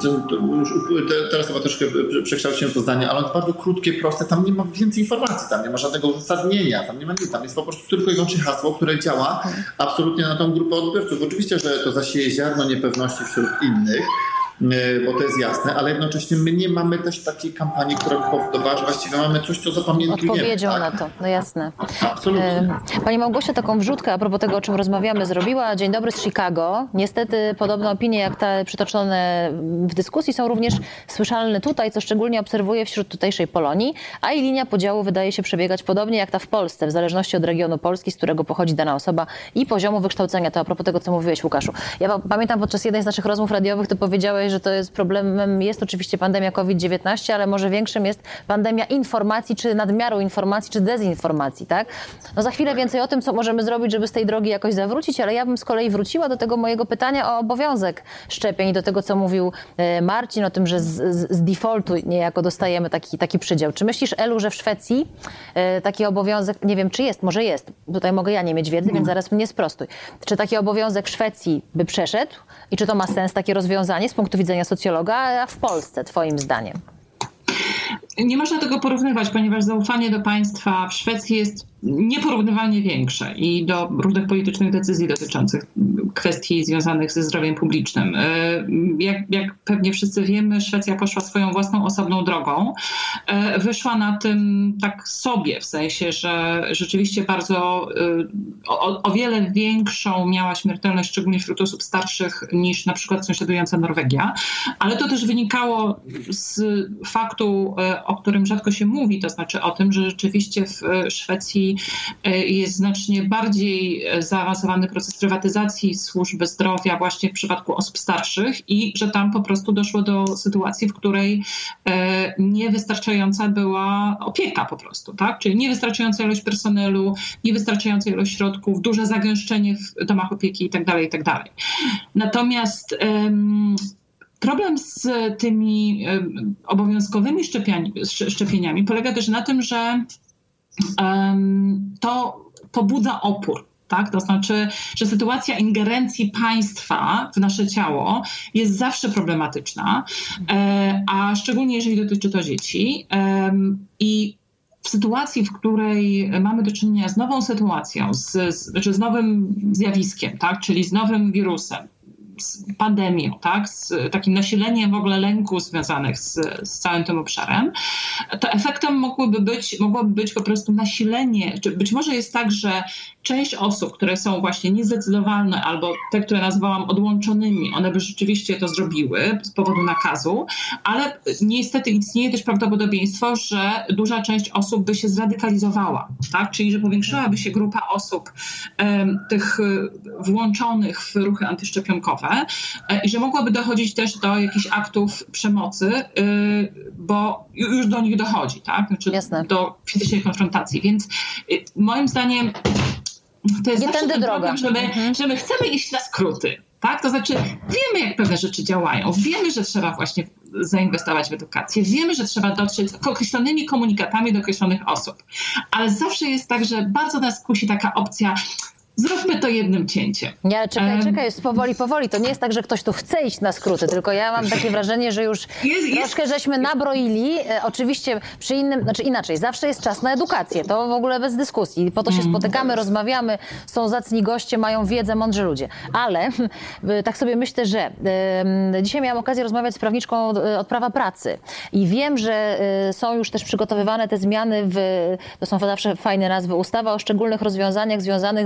Teraz chyba troszkę przekształciłem to zdanie, ale ono jest bardzo krótkie, proste, tam nie ma więcej informacji, tam nie ma żadnego uzasadnienia, tam nie ma nic, tam jest po prostu tylko i wyłącznie hasło, które działa absolutnie na tą grupę odbiorców. Oczywiście, że to zasieje ziarno niepewności wśród innych, bo to jest jasne, ale jednocześnie my nie mamy też takiej kampanii, która by powodowała, że właściwie mamy coś, co zapamiętujemy. Odpowiedzią tak? na to, no jasne. Absolutnie. Pani Małgosia taką wrzutkę a propos tego, o czym rozmawiamy, zrobiła. Dzień dobry z Chicago. Niestety podobne opinie jak te przytoczone w dyskusji są również słyszalne tutaj, co szczególnie obserwuję wśród tutejszej Polonii, a i linia podziału wydaje się przebiegać podobnie jak ta w Polsce, w zależności od regionu Polski, z którego pochodzi dana osoba i poziomu wykształcenia. To a propos tego, co mówiłeś, Łukaszu. Ja pamiętam podczas jednej z naszych rozmów radiowych, ty powiedziałeś, że to jest problemem, jest oczywiście pandemia COVID-19, ale może większym jest pandemia informacji, czy nadmiaru informacji, czy dezinformacji, tak? No za chwilę więcej o tym, co możemy zrobić, żeby z tej drogi jakoś zawrócić, ale ja bym z kolei wróciła do tego mojego pytania o obowiązek szczepień i do tego, co mówił Marcin, o tym, że z defaultu niejako dostajemy taki przydział. Czy myślisz, Elu, że w Szwecji taki obowiązek, nie wiem, czy jest, może jest, tutaj mogę ja nie mieć wiedzy, więc zaraz mnie sprostuj. Czy taki obowiązek w Szwecji by przeszedł i czy to ma sens, takie rozwiązanie z punktu widzenia socjologa, a w Polsce, twoim zdaniem? Nie można tego porównywać, ponieważ zaufanie do państwa w Szwecji jest nieporównywalnie większe i do różnych politycznych decyzji dotyczących kwestii związanych ze zdrowiem publicznym. Jak pewnie wszyscy wiemy, Szwecja poszła swoją własną osobną drogą. Wyszła na tym tak sobie, w sensie, że rzeczywiście bardzo o wiele większą miała śmiertelność, szczególnie wśród osób starszych, niż na przykład sąsiadująca Norwegia. Ale to też wynikało z faktu, o którym rzadko się mówi, to znaczy o tym, że rzeczywiście w Szwecji jest znacznie bardziej zaawansowany proces prywatyzacji służby zdrowia właśnie w przypadku osób starszych i że tam po prostu doszło do sytuacji, w której niewystarczająca była opieka po prostu, tak? Czyli niewystarczająca ilość personelu, niewystarczająca ilość środków, duże zagęszczenie w domach opieki itd., itd. Natomiast problem z tymi obowiązkowymi szczepieniami polega też na tym, że to pobudza opór. Tak? To znaczy, że sytuacja ingerencji państwa w nasze ciało jest zawsze problematyczna, a szczególnie jeżeli dotyczy to dzieci. I w sytuacji, w której mamy do czynienia z nową sytuacją, z nowym zjawiskiem, tak? Czyli z nowym wirusem, z pandemią, tak? Z takim nasileniem w ogóle lęku związanych z całym tym obszarem, to efektem mogłoby być po prostu nasilenie, czy być może jest tak, że część osób, które są właśnie niezdecydowalne albo te, które nazwałam odłączonymi, one by rzeczywiście to zrobiły z powodu nakazu, ale niestety istnieje też prawdopodobieństwo, że duża część osób by się zradykalizowała, tak? Czyli że powiększyłaby się grupa osób tych włączonych w ruchy antyszczepionkowe i że mogłoby dochodzić też do jakichś aktów przemocy, bo już do nich dochodzi, tak? Znaczy do fizycznej konfrontacji. Więc moim zdaniem to jest zawsze ten problem, że my chcemy iść na skróty. Tak? To znaczy wiemy, jak pewne rzeczy działają. Wiemy, że trzeba właśnie zainwestować w edukację. Wiemy, że trzeba dotrzeć z określonymi komunikatami do określonych osób. Ale zawsze jest tak, że bardzo nas kusi taka opcja, zróbmy to jednym cięciem. Nie, czekaj, powoli. To nie jest tak, że ktoś tu chce iść na skróty, tylko ja mam takie wrażenie, że już troszkę żeśmy nabroili. Oczywiście przy innym, znaczy inaczej, zawsze jest czas na edukację. To w ogóle bez dyskusji. Po to się spotykamy, rozmawiamy, są zacni goście, mają wiedzę, mądrzy ludzie. Ale tak sobie myślę, że dzisiaj miałam okazję rozmawiać z prawniczką od prawa pracy i wiem, że są już też przygotowywane te zmiany to są zawsze fajne nazwy, ustawa o szczególnych rozwiązaniach związanych z zapobieganiem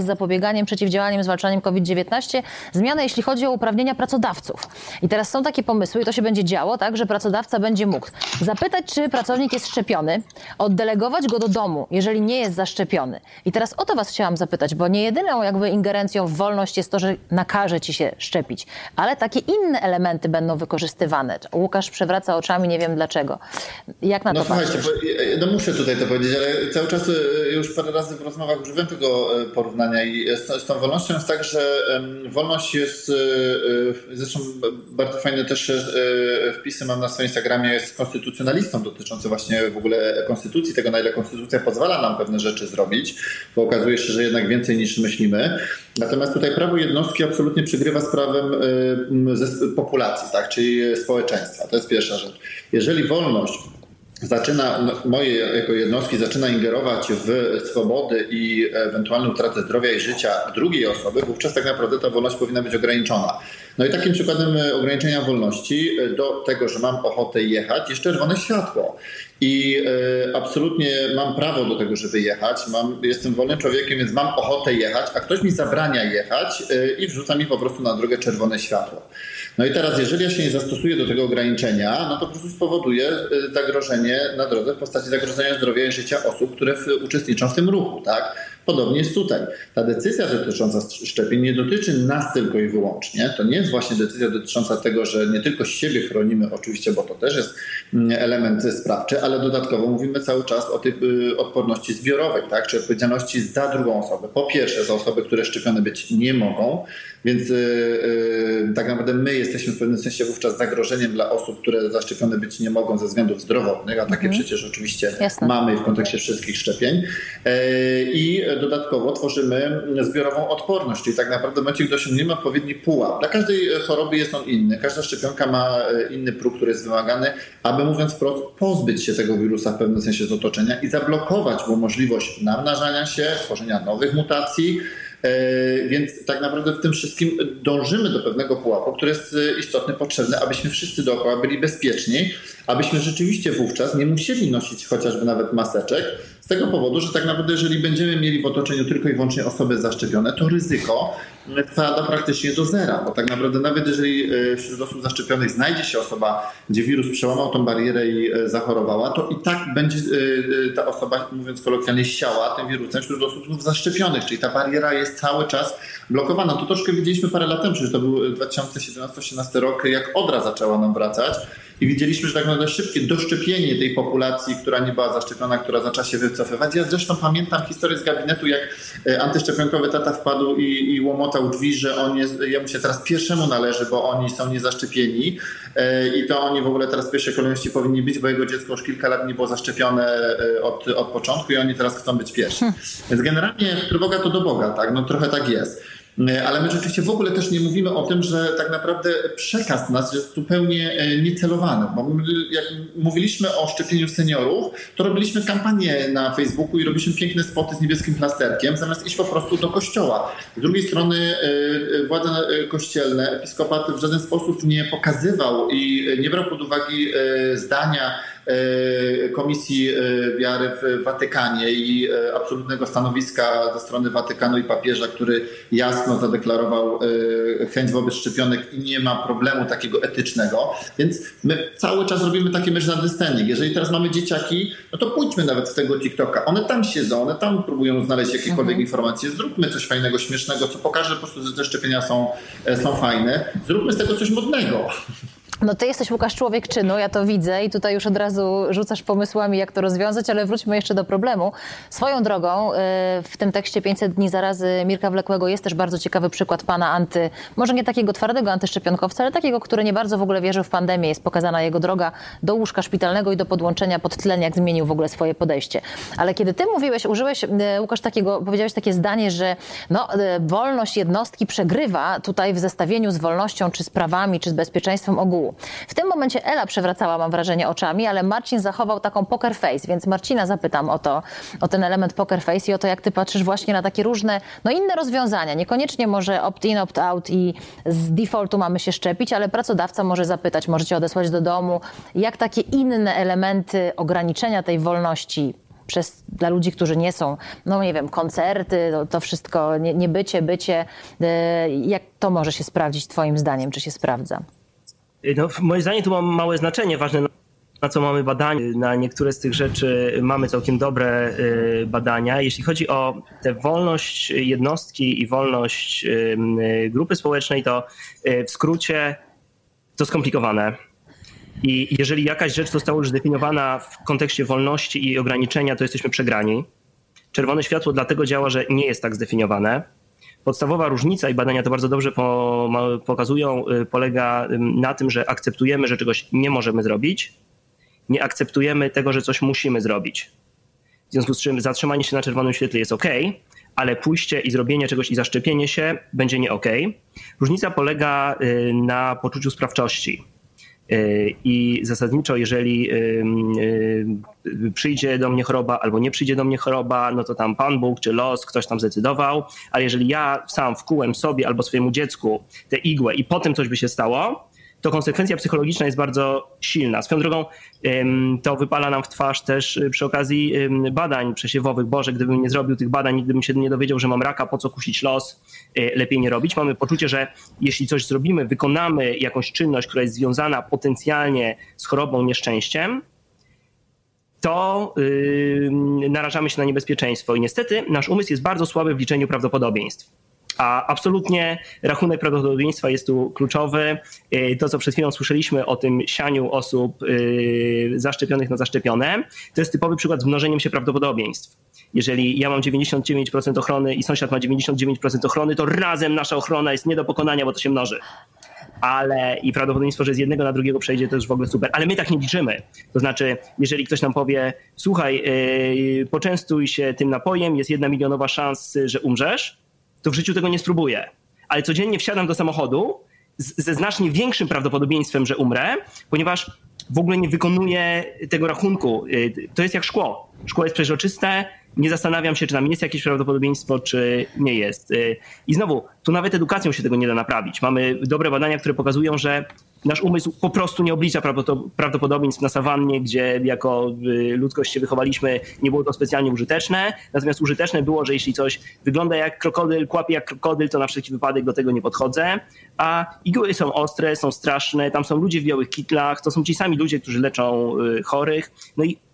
zapobieganiem, przeciwdziałaniem, zwalczaniem COVID-19, zmiany jeśli chodzi o uprawnienia pracodawców. I teraz są takie pomysły i to się będzie działo, tak, że pracodawca będzie mógł zapytać, czy pracownik jest szczepiony, oddelegować go do domu, jeżeli nie jest zaszczepiony. I teraz o to was chciałam zapytać, bo nie jedyną jakby ingerencją w wolność jest to, że nakaże ci się szczepić, ale takie inne elementy będą wykorzystywane. Łukasz przewraca oczami, nie wiem dlaczego. Jak na to patrzysz? No muszę tutaj to powiedzieć, ale cały czas już parę razy w rozmowach używam tego porównania i z tą wolnością jest tak, że wolność jest, zresztą bardzo fajne też wpisy mam na swoim Instagramie, jest konstytucjonalistą dotyczący właśnie w ogóle konstytucji, tego na ile konstytucja pozwala nam pewne rzeczy zrobić, bo okazuje się, że jednak więcej niż myślimy. Natomiast tutaj prawo jednostki absolutnie przegrywa z prawem populacji, tak, czyli społeczeństwa. To jest pierwsza rzecz. Jeżeli wolność moje jako jednostki zaczyna ingerować w swobody i ewentualną utratę zdrowia i życia drugiej osoby, wówczas tak naprawdę ta wolność powinna być ograniczona. No i takim przykładem ograniczenia wolności do tego, że mam ochotę jechać, jest czerwone światło. I absolutnie mam prawo do tego, żeby jechać. Jestem wolnym człowiekiem, więc mam ochotę jechać, a ktoś mi zabrania jechać i wrzuca mi po prostu na drogę czerwone światło. No i teraz, jeżeli ja się nie zastosuję do tego ograniczenia, no to po prostu spowoduje zagrożenie na drodze w postaci zagrożenia zdrowia i życia osób, które uczestniczą w tym ruchu, tak? Podobnie jest tutaj. Ta decyzja dotycząca szczepień nie dotyczy nas tylko i wyłącznie. To nie jest właśnie decyzja dotycząca tego, że nie tylko siebie chronimy oczywiście, bo to też jest element sprawczy, ale dodatkowo mówimy cały czas o tej odporności zbiorowej, tak? Czy odpowiedzialności za drugą osobę. Po pierwsze za osoby, które szczepione być nie mogą, więc tak naprawdę my jesteśmy w pewnym sensie wówczas zagrożeniem dla osób, które zaszczepione być nie mogą ze względów zdrowotnych, a takie przecież oczywiście mamy w kontekście wszystkich szczepień. I dodatkowo tworzymy zbiorową odporność, czyli tak naprawdę w momencie, gdy osiągniemy odpowiedni pułap. Dla każdej choroby jest on inny, każda szczepionka ma inny próg, który jest wymagany, aby mówiąc wprost pozbyć się tego wirusa w pewnym sensie z otoczenia i zablokować mu możliwość namnażania się, tworzenia nowych mutacji. Więc tak naprawdę w tym wszystkim dążymy do pewnego pułapu, który jest istotny, potrzebny, abyśmy wszyscy dookoła byli bezpieczni, abyśmy rzeczywiście wówczas nie musieli nosić chociażby nawet maseczek, z tego powodu, że tak naprawdę jeżeli będziemy mieli w otoczeniu tylko i wyłącznie osoby zaszczepione, to ryzyko spada praktycznie do zera, bo tak naprawdę nawet jeżeli wśród osób zaszczepionych znajdzie się osoba, gdzie wirus przełamał tą barierę i zachorowała, to i tak będzie ta osoba, mówiąc kolokwialnie, siała tym wirusem wśród osób znów zaszczepionych, czyli ta bariera jest cały czas blokowana. To troszkę widzieliśmy parę lat temu, przecież to był 2017-2018 rok, jak Odra zaczęła nam wracać. I widzieliśmy, że tak naprawdę szybkie doszczepienie tej populacji, która nie była zaszczepiona, która zaczęła się wycofywać. Ja zresztą pamiętam historię z gabinetu, jak antyszczepionkowy tata wpadł i łomotał drzwi, że jemu się teraz pierwszemu należy, bo oni są niezaszczepieni i to oni w ogóle teraz w pierwszej kolejności powinni być, bo jego dziecko już kilka lat nie było zaszczepione od początku i oni teraz chcą być pierwsi. Więc generalnie trwoga to do Boga, tak? No trochę tak jest. Ale my rzeczywiście w ogóle też nie mówimy o tym, że tak naprawdę przekaz nas jest zupełnie niecelowany. Bo jak mówiliśmy o szczepieniu seniorów, to robiliśmy kampanię na Facebooku i robiliśmy piękne spoty z niebieskim plasterkiem, zamiast iść po prostu do kościoła. Z drugiej strony władze kościelne, episkopat w żaden sposób nie pokazywał i nie brał pod uwagę zdania Komisji Wiary w Watykanie i absolutnego stanowiska ze strony Watykanu i papieża, który jasno zadeklarował chęć wobec szczepionek i nie ma problemu takiego etycznego. Więc my cały czas robimy takie understanding. Jeżeli teraz mamy dzieciaki, no to pójdźmy nawet w tego TikToka. One tam siedzą, one tam próbują znaleźć jakiekolwiek informacje. Zróbmy coś fajnego, śmiesznego, co pokaże po prostu, że te szczepienia są fajne. Zróbmy z tego coś modnego. No ty jesteś, Łukasz, człowiek czynu, ja to widzę i tutaj już od razu rzucasz pomysłami, jak to rozwiązać, ale wróćmy jeszcze do problemu. Swoją drogą w tym tekście 500 dni zarazy Mirka Wlekłego jest też bardzo ciekawy przykład pana może nie takiego twardego antyszczepionkowca, ale takiego, który nie bardzo w ogóle wierzył w pandemię. Jest pokazana jego droga do łóżka szpitalnego i do podłączenia pod tlen, jak zmienił w ogóle swoje podejście. Ale kiedy ty użyłeś, Łukasz, powiedziałeś takie zdanie, że wolność jednostki przegrywa tutaj w zestawieniu z wolnością, czy z prawami, czy z bezpieczeństwem ogółu. W tym momencie Ela przewracała, mam wrażenie, oczami, ale Marcin zachował taką poker face, więc Marcina zapytam o ten element poker face i o to, jak ty patrzysz właśnie na takie różne, inne rozwiązania. Niekoniecznie może opt-in, opt-out i z defaultu mamy się szczepić, ale pracodawca może zapytać, możecie odesłać do domu, jak takie inne elementy ograniczenia tej wolności dla ludzi, którzy nie są, no nie wiem, koncerty, to wszystko, bycie. Jak to może się sprawdzić twoim zdaniem, czy się sprawdza? No, moim zdaniem tu ma małe znaczenie, ważne na co mamy badania. Na niektóre z tych rzeczy mamy całkiem dobre badania. Jeśli chodzi o tę wolność jednostki i wolność grupy społecznej, to w skrócie to skomplikowane. I jeżeli jakaś rzecz została już zdefiniowana w kontekście wolności i ograniczenia, to jesteśmy przegrani. Czerwone światło dlatego działa, że nie jest tak zdefiniowane. Podstawowa różnica, i badania to bardzo dobrze pokazują, polega na tym, że akceptujemy, że czegoś nie możemy zrobić, nie akceptujemy tego, że coś musimy zrobić. W związku z czym zatrzymanie się na czerwonym świetle jest ok, ale pójście i zrobienie czegoś i zaszczepienie się będzie nie ok. Różnica polega na poczuciu sprawczości. I zasadniczo, jeżeli przyjdzie do mnie choroba albo nie przyjdzie do mnie choroba, no to tam Pan Bóg czy los, ktoś tam zdecydował, ale jeżeli ja sam wkułem sobie albo swojemu dziecku tę igłę i potem coś by się stało, to konsekwencja psychologiczna jest bardzo silna. Swoją drogą to wypala nam w twarz też przy okazji badań przesiewowych. Boże, gdybym nie zrobił tych badań, nigdy bym się nie dowiedział, że mam raka, po co kusić los, lepiej nie robić. Mamy poczucie, że jeśli coś zrobimy, wykonamy jakąś czynność, która jest związana potencjalnie z chorobą, nieszczęściem, to narażamy się na niebezpieczeństwo. I niestety nasz umysł jest bardzo słaby w liczeniu prawdopodobieństw. A absolutnie rachunek prawdopodobieństwa jest tu kluczowy. To, co przed chwilą słyszeliśmy o tym sianiu osób zaszczepionych na zaszczepione, to jest typowy przykład z mnożeniem się prawdopodobieństw. Jeżeli ja mam 99% ochrony i sąsiad ma 99% ochrony, to razem nasza ochrona jest nie do pokonania, bo to się mnoży. Ale i prawdopodobieństwo, że z jednego na drugiego przejdzie, to już w ogóle super. Ale my tak nie liczymy. To znaczy, jeżeli ktoś nam powie, słuchaj, poczęstuj się tym napojem, jest 1 milionowa szans, że umrzesz, to w życiu tego nie spróbuję. Ale codziennie wsiadam do samochodu ze znacznie większym prawdopodobieństwem, że umrę, ponieważ w ogóle nie wykonuję tego rachunku. To jest jak szkło. Szkło jest przeźroczyste, nie zastanawiam się, czy tam jest jakieś prawdopodobieństwo, czy nie jest. I znowu, tu nawet edukacją się tego nie da naprawić. Mamy dobre badania, które pokazują, że nasz umysł po prostu nie oblicza prawdopodobieństw na sawannie, gdzie jako ludzkość się wychowaliśmy, nie było to specjalnie użyteczne. Natomiast użyteczne było, że jeśli coś wygląda jak krokodyl, kłapie jak krokodyl, to na wszelki wypadek do tego nie podchodzę. A igły są ostre, są straszne, tam są ludzie w białych kitlach, to są ci sami ludzie, którzy leczą chorych. No i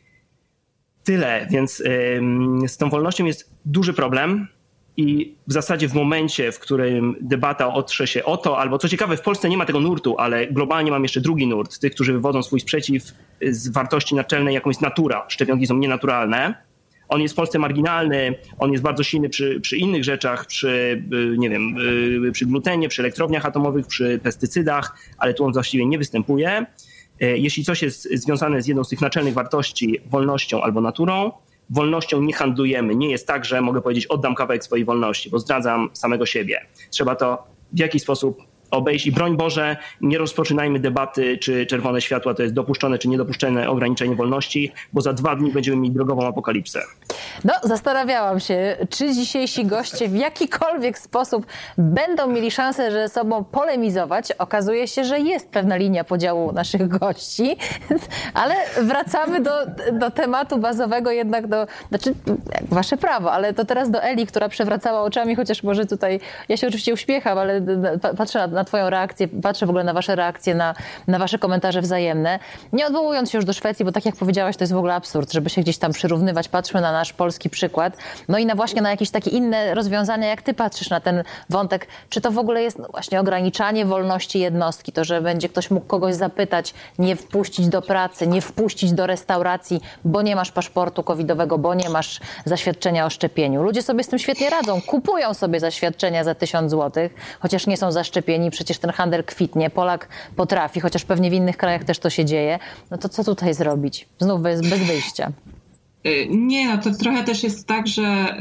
tyle, więc z tą wolnością jest duży problem i w zasadzie w momencie, w którym debata otrze się o to, albo co ciekawe, w Polsce nie ma tego nurtu, ale globalnie mam jeszcze drugi nurt, tych, którzy wywodzą swój sprzeciw z wartości naczelnej, jaką jest natura. Szczepionki są nienaturalne. On jest w Polsce marginalny, on jest bardzo silny przy innych rzeczach, nie wiem, przy glutenie, przy elektrowniach atomowych, przy pestycydach, ale tu on właściwie nie występuje. Jeśli coś jest związane z jedną z tych naczelnych wartości, wolnością albo naturą, wolnością nie handlujemy. Nie jest tak, że mogę powiedzieć, oddam kawałek swojej wolności, bo zdradzam samego siebie. Trzeba to w jakiś sposób obejść i broń Boże, nie rozpoczynajmy debaty, czy czerwone światła to jest dopuszczone, czy niedopuszczone ograniczenie wolności, bo za 2 dni będziemy mieli drogową apokalipsę. No, zastanawiałam się, czy dzisiejsi goście w jakikolwiek sposób będą mieli szansę ze sobą polemizować. Okazuje się, że jest pewna linia podziału naszych gości, ale wracamy do tematu bazowego jednak znaczy wasze prawo, ale to teraz do Eli, która przewracała oczami, chociaż może tutaj, ja się oczywiście uśmiecham, ale patrzę na twoją reakcję, patrzę w ogóle na wasze reakcje, na wasze komentarze wzajemne. Nie odwołując się już do Szwecji, bo tak jak powiedziałaś, to jest w ogóle absurd, żeby się gdzieś tam przyrównywać. Patrzmy na nasz polski przykład, no i właśnie na jakieś takie inne rozwiązania, jak ty patrzysz na ten wątek. Czy to w ogóle jest właśnie ograniczanie wolności jednostki, to, że będzie ktoś mógł kogoś zapytać, nie wpuścić do pracy, nie wpuścić do restauracji, bo nie masz paszportu covidowego, bo nie masz zaświadczenia o szczepieniu. Ludzie sobie z tym świetnie radzą, kupują sobie zaświadczenia za 1000 zł, chociaż nie są zaszczepieni, przecież ten handel kwitnie, Polak potrafi, chociaż pewnie w innych krajach też to się dzieje. No to co tutaj zrobić? Znów bez wyjścia. Nie, no to trochę też jest tak, że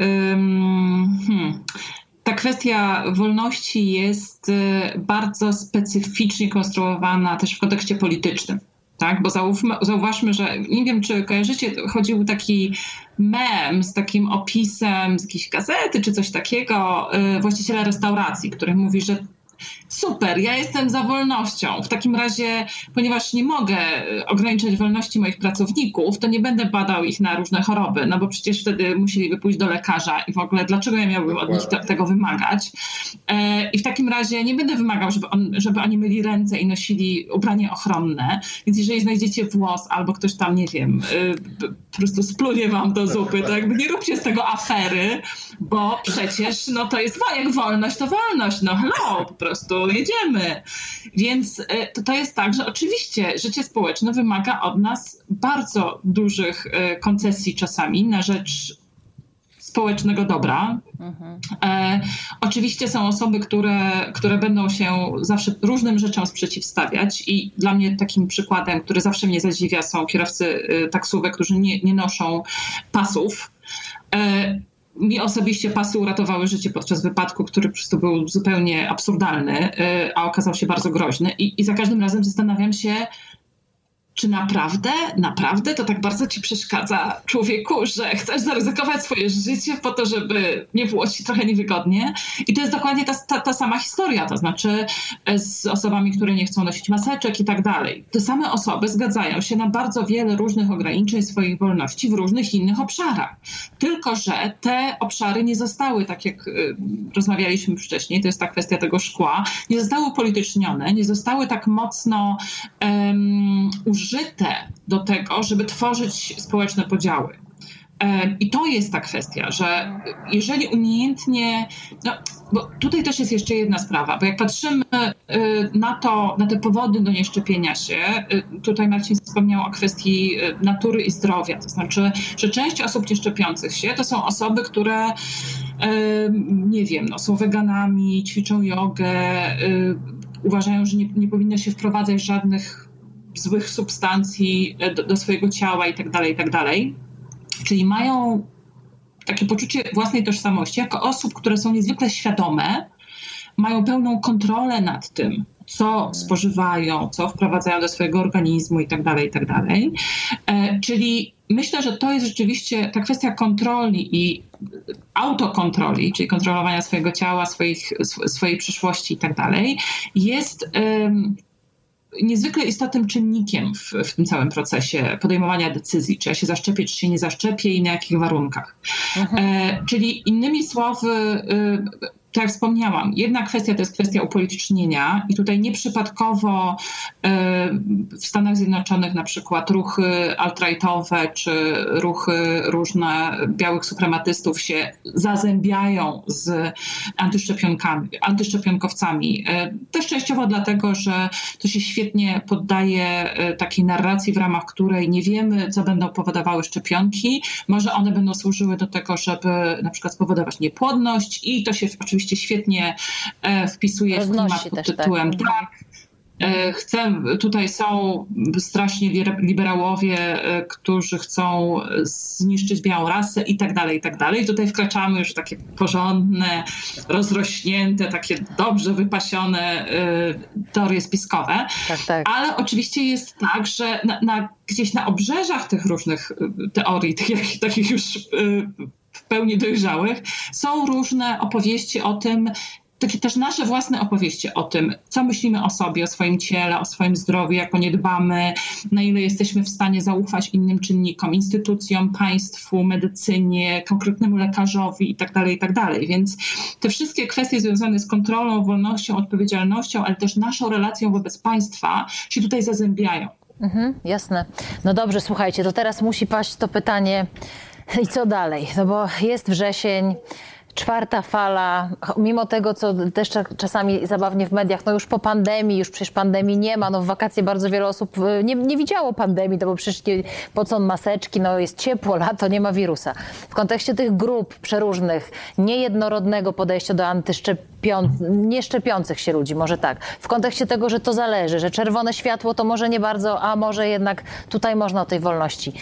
ta kwestia wolności jest bardzo specyficznie konstruowana też w kontekście politycznym. Tak? Bo zauważmy, że nie wiem, czy kojarzycie, chodził taki mem z takim opisem z jakiejś gazety czy coś takiego właściciela restauracji, który mówi, że Super, ja jestem za wolnością. W takim razie, ponieważ nie mogę ograniczać wolności moich pracowników, to nie będę badał ich na różne choroby, no bo przecież wtedy musieliby pójść do lekarza i w ogóle dlaczego ja miałbym od nich tego wymagać? I w takim razie nie będę wymagał, żeby oni myli ręce i nosili ubranie ochronne, więc jeżeli znajdziecie włos albo ktoś tam, nie wiem, po prostu splunie wam do zupy, to jakby nie róbcie z tego afery, bo przecież no to jest jak wolność, to wolność, no hello, po prostu jedziemy. Więc to jest tak, że oczywiście życie społeczne wymaga od nas bardzo dużych koncesji czasami na rzecz społecznego dobra. Oczywiście są osoby, które będą się zawsze różnym rzeczom sprzeciwstawiać i dla mnie takim przykładem, który zawsze mnie zadziwia, są kierowcy taksówek, którzy nie noszą pasów. Mi osobiście pasy uratowały życie podczas wypadku, który po prostu był zupełnie absurdalny, a okazał się bardzo groźny. I za każdym razem zastanawiam się, czy naprawdę to tak bardzo ci przeszkadza, człowieku, że chcesz zaryzykować swoje życie po to, żeby nie było ci trochę niewygodnie? I to jest dokładnie ta sama historia, to znaczy z osobami, które nie chcą nosić maseczek i tak dalej. Te same osoby zgadzają się na bardzo wiele różnych ograniczeń swoich wolności w różnych innych obszarach. Tylko że te obszary nie zostały, tak jak rozmawialiśmy wcześniej, to jest ta kwestia tego szkła, nie zostały upolitycznione, nie zostały tak mocno użyte do tego, żeby tworzyć społeczne podziały. I to jest ta kwestia, że jeżeli umiejętnie, no, bo tutaj też jest jeszcze jedna sprawa, bo jak patrzymy na te powody do nieszczepienia się, tutaj Marcin wspomniał o kwestii natury i zdrowia, to znaczy, że część osób nieszczepiących się to są osoby, które nie wiem, no, są weganami, ćwiczą jogę, uważają, że nie powinno się wprowadzać żadnych złych substancji do swojego ciała i tak dalej. Czyli mają takie poczucie własnej tożsamości jako osób, które są niezwykle świadome, mają pełną kontrolę nad tym, co spożywają, co wprowadzają do swojego organizmu i tak dalej. Czyli myślę, że to jest rzeczywiście ta kwestia kontroli i autokontroli, czyli kontrolowania swojego ciała, swojej przyszłości i tak dalej, jest niezwykle istotnym czynnikiem w tym całym procesie podejmowania decyzji, czy ja się zaszczepię, czy się nie zaszczepię i na jakich warunkach. Czyli innymi słowy, tak jak wspomniałam, jedna kwestia to jest kwestia upolitycznienia i tutaj nieprzypadkowo w Stanach Zjednoczonych na przykład ruchy alt-rightowe czy ruchy różne białych suprematystów się zazębiają z antyszczepionkowcami. Też częściowo dlatego, że to się świetnie poddaje takiej narracji, w ramach której nie wiemy, co będą powodowały szczepionki. Może one będą służyły do tego, żeby na przykład spowodować niepłodność i to się oczywiście świetnie wpisuje w klimat pod tytułem tutaj są strasznie liberałowie, którzy chcą zniszczyć białą rasę i tak dalej. Tutaj wkraczamy już takie porządne, rozrośnięte, takie dobrze wypasione teorie spiskowe. Tak. Ale oczywiście jest tak, że gdzieś na obrzeżach tych różnych teorii, takich już w pełni dojrzałych, są różne opowieści o tym, takie też nasze własne opowieści o tym, co myślimy o sobie, o swoim ciele, o swoim zdrowiu, jak o nie dbamy, na ile jesteśmy w stanie zaufać innym czynnikom, instytucjom, państwu, medycynie, konkretnemu lekarzowi i tak dalej. Więc te wszystkie kwestie związane z kontrolą, wolnością, odpowiedzialnością, ale też naszą relacją wobec państwa się tutaj zazębiają. Jasne. No dobrze, słuchajcie, to teraz musi paść to pytanie, i co dalej? No bo jest wrzesień, 4. fala, mimo tego, co też czasami zabawnie w mediach, no już po pandemii, już przecież pandemii nie ma, no w wakacje bardzo wiele osób nie widziało pandemii, no bo przecież po co maseczki, no jest ciepło, lato, nie ma wirusa. W kontekście tych grup przeróżnych, niejednorodnego podejścia do nieszczepiących się ludzi, może tak, w kontekście tego, że to zależy, że czerwone światło to może nie bardzo, a może jednak tutaj można o tej wolności.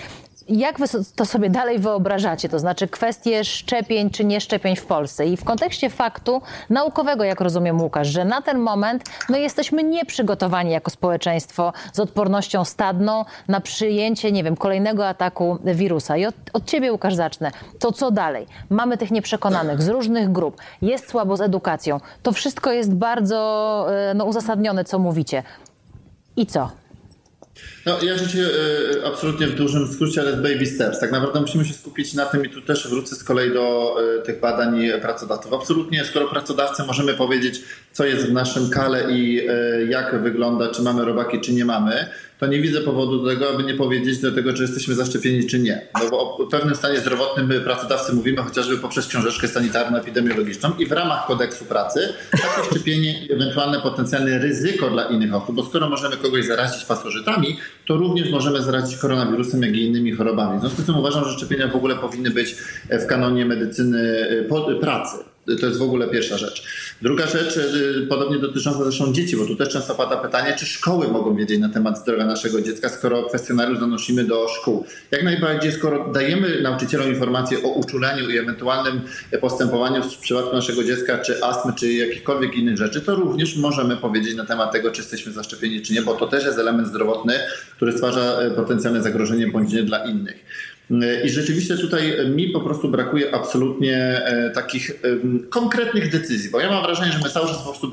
jak wy to sobie dalej wyobrażacie? To znaczy kwestie szczepień czy nieszczepień w Polsce i w kontekście faktu naukowego, jak rozumiem, Łukasz, że na ten moment jesteśmy nieprzygotowani jako społeczeństwo z odpornością stadną na przyjęcie, nie wiem, kolejnego ataku wirusa. I od ciebie, Łukasz, zacznę. To co dalej? Mamy tych nieprzekonanych z różnych grup, jest słabo z edukacją. To wszystko jest bardzo uzasadnione, co mówicie. I co? No, ja rzeczywiście absolutnie w dużym skrócie, ale z baby steps. Tak naprawdę musimy się skupić na tym i tu też wrócę z kolei do tych badań pracodawców. Absolutnie, skoro pracodawcy możemy powiedzieć, co jest w naszym kale i jak wygląda, czy mamy robaki, czy nie mamy, to nie widzę powodu do tego, aby nie powiedzieć do tego, czy jesteśmy zaszczepieni, czy nie. No bo o pewnym stanie zdrowotnym my pracodawcy mówimy chociażby poprzez książeczkę sanitarno-epidemiologiczną i w ramach kodeksu pracy takie szczepienie i ewentualne potencjalne ryzyko dla innych osób, bo skoro możemy kogoś zarazić pasożytami, to również możemy zarazić koronawirusem, jak i innymi chorobami. W związku z tym uważam, że szczepienia w ogóle powinny być w kanonie medycyny pracy. To jest w ogóle pierwsza rzecz. Druga rzecz, podobnie dotycząca zresztą dzieci, bo tu też często pada pytanie, czy szkoły mogą wiedzieć na temat zdrowia naszego dziecka, skoro kwestionariusz zanosimy do szkół. Jak najbardziej, skoro dajemy nauczycielom informacje o uczuleniu i ewentualnym postępowaniu w przypadku naszego dziecka, czy astmy, czy jakichkolwiek innych rzeczy, to również możemy powiedzieć na temat tego, czy jesteśmy zaszczepieni, czy nie, bo to też jest element zdrowotny, który stwarza potencjalne zagrożenie bądź nie dla innych. I rzeczywiście tutaj mi po prostu brakuje absolutnie takich konkretnych decyzji, bo ja mam wrażenie, że my cały czas po prostu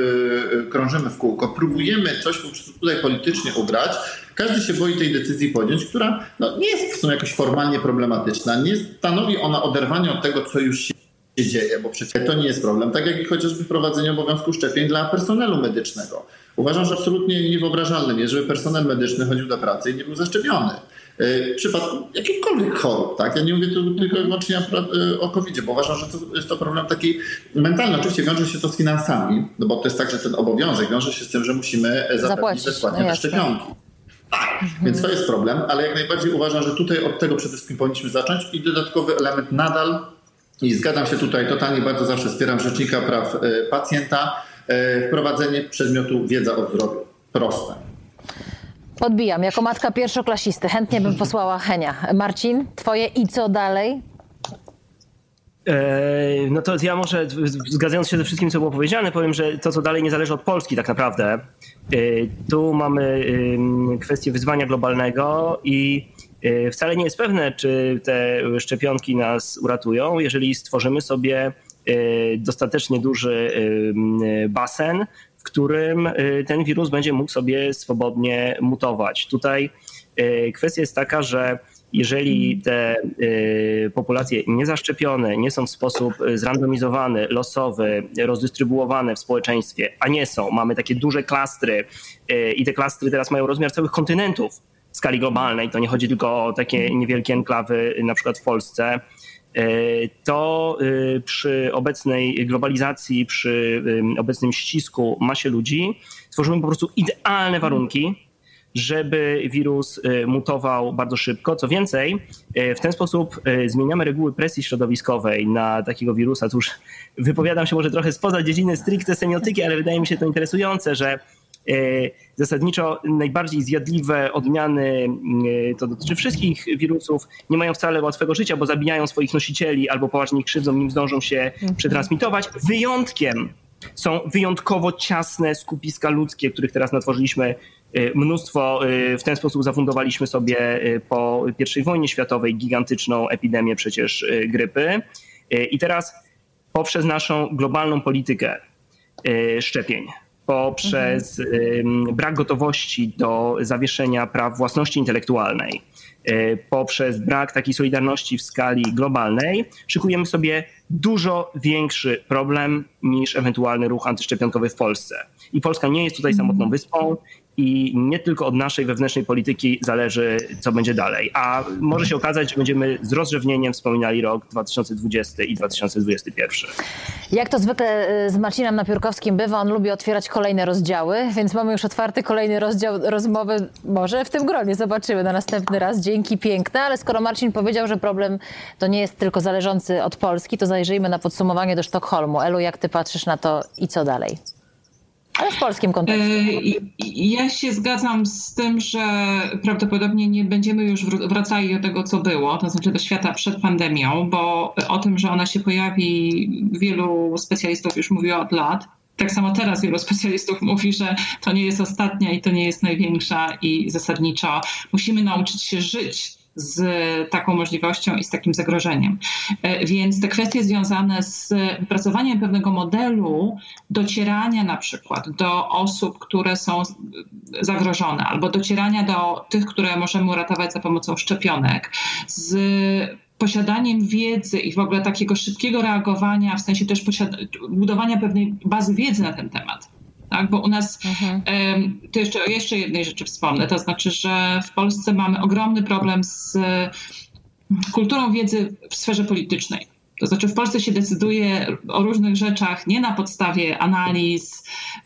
krążymy w kółko, próbujemy coś po prostu tutaj politycznie ugrać. Każdy się boi tej decyzji podjąć, która nie jest w sumie jakoś formalnie problematyczna, nie stanowi ona oderwania od tego, co już się dzieje, bo przecież to nie jest problem, tak jak i chociażby wprowadzenie obowiązku szczepień dla personelu medycznego. Uważam, że absolutnie niewyobrażalnym jest, żeby personel medyczny chodził do pracy i nie był zaszczepiony. W przypadku jakichkolwiek chorób, tak? Ja nie mówię tu tylko i wyłącznie o COVID-zie, bo uważam, że to jest to problem taki mentalny. Oczywiście wiąże się to z finansami, no bo to jest tak, że ten obowiązek wiąże się z tym, że musimy zapewnić bezpłatnie te szczepionki. Tak, więc to jest problem, ale jak najbardziej uważam, że tutaj od tego przede wszystkim powinniśmy zacząć i dodatkowy element nadal, i zgadzam się tutaj totalnie, bardzo zawsze wspieram Rzecznika Praw Pacjenta, wprowadzenie przedmiotu wiedza o zdrowiu. Proste. Podbijam. Jako matka pierwszoklasisty chętnie bym posłała Henia. Marcin, twoje i co dalej? No to ja może, zgadzając się ze wszystkim, co było powiedziane, powiem, że to, co dalej, nie zależy od Polski tak naprawdę. Tu mamy kwestię wyzwania globalnego i wcale nie jest pewne, czy te szczepionki nas uratują, jeżeli stworzymy sobie dostatecznie duży basen, w którym ten wirus będzie mógł sobie swobodnie mutować. Tutaj kwestia jest taka, że jeżeli te populacje niezaszczepione nie są w sposób zrandomizowany, losowy, rozdystrybuowane w społeczeństwie, a nie są, mamy takie duże klastry i te klastry teraz mają rozmiar całych kontynentów w skali globalnej, to nie chodzi tylko o takie niewielkie enklawy na przykład w Polsce, to przy obecnej globalizacji, przy obecnym ścisku masie ludzi tworzymy po prostu idealne warunki, żeby wirus mutował bardzo szybko. Co więcej, w ten sposób zmieniamy reguły presji środowiskowej na takiego wirusa. To już wypowiadam się może trochę spoza dziedziny stricte semiotyki, ale wydaje mi się to interesujące, że zasadniczo najbardziej zjadliwe odmiany, to dotyczy wszystkich wirusów, nie mają wcale łatwego życia, bo zabijają swoich nosicieli albo poważnie ich krzywdzą, nim zdążą się przetransmitować. Wyjątkiem są wyjątkowo ciasne skupiska ludzkie, których teraz natworzyliśmy mnóstwo. W ten sposób zafundowaliśmy sobie po I wojnie światowej gigantyczną epidemię przecież grypy. I teraz poprzez naszą globalną politykę szczepień, poprzez brak gotowości do zawieszenia praw własności intelektualnej, poprzez brak takiej solidarności w skali globalnej, szykujemy sobie dużo większy problem niż ewentualny ruch antyszczepionkowy w Polsce. I Polska nie jest tutaj samotną wyspą i nie tylko od naszej wewnętrznej polityki zależy, co będzie dalej. A może się okazać, że będziemy z rozrzewnieniem wspominali rok 2020 i 2021. Jak to zwykle z Marcinem Napiórkowskim bywa, on lubi otwierać kolejne rozdziały, więc mamy już otwarty kolejny rozdział rozmowy, może w tym gronie, zobaczymy na następny raz. Dzięki piękne, ale skoro Marcin powiedział, że problem to nie jest tylko zależący od Polski, to zajrzyjmy na podsumowanie do Sztokholmu. Elu, jak ty patrzysz na to i co dalej? Ale w polskim kontekście. Ja się zgadzam z tym, że prawdopodobnie nie będziemy już wracali do tego, co było, to znaczy do świata przed pandemią, bo o tym, że ona się pojawi, wielu specjalistów już mówiło od lat. Tak samo teraz wielu specjalistów mówi, że to nie jest ostatnia i to nie jest największa i zasadniczo musimy nauczyć się żyć z taką możliwością i z takim zagrożeniem. Więc te kwestie związane z wypracowaniem pewnego modelu docierania na przykład do osób, które są zagrożone, albo docierania do tych, które możemy uratować za pomocą szczepionek, z posiadaniem wiedzy i w ogóle takiego szybkiego reagowania, w sensie też budowania pewnej bazy wiedzy na ten temat. Tak, bo u nas, to jeszcze jednej rzeczy wspomnę, to znaczy, że w Polsce mamy ogromny problem z kulturą wiedzy w sferze politycznej. To znaczy w Polsce się decyduje o różnych rzeczach nie na podstawie analiz,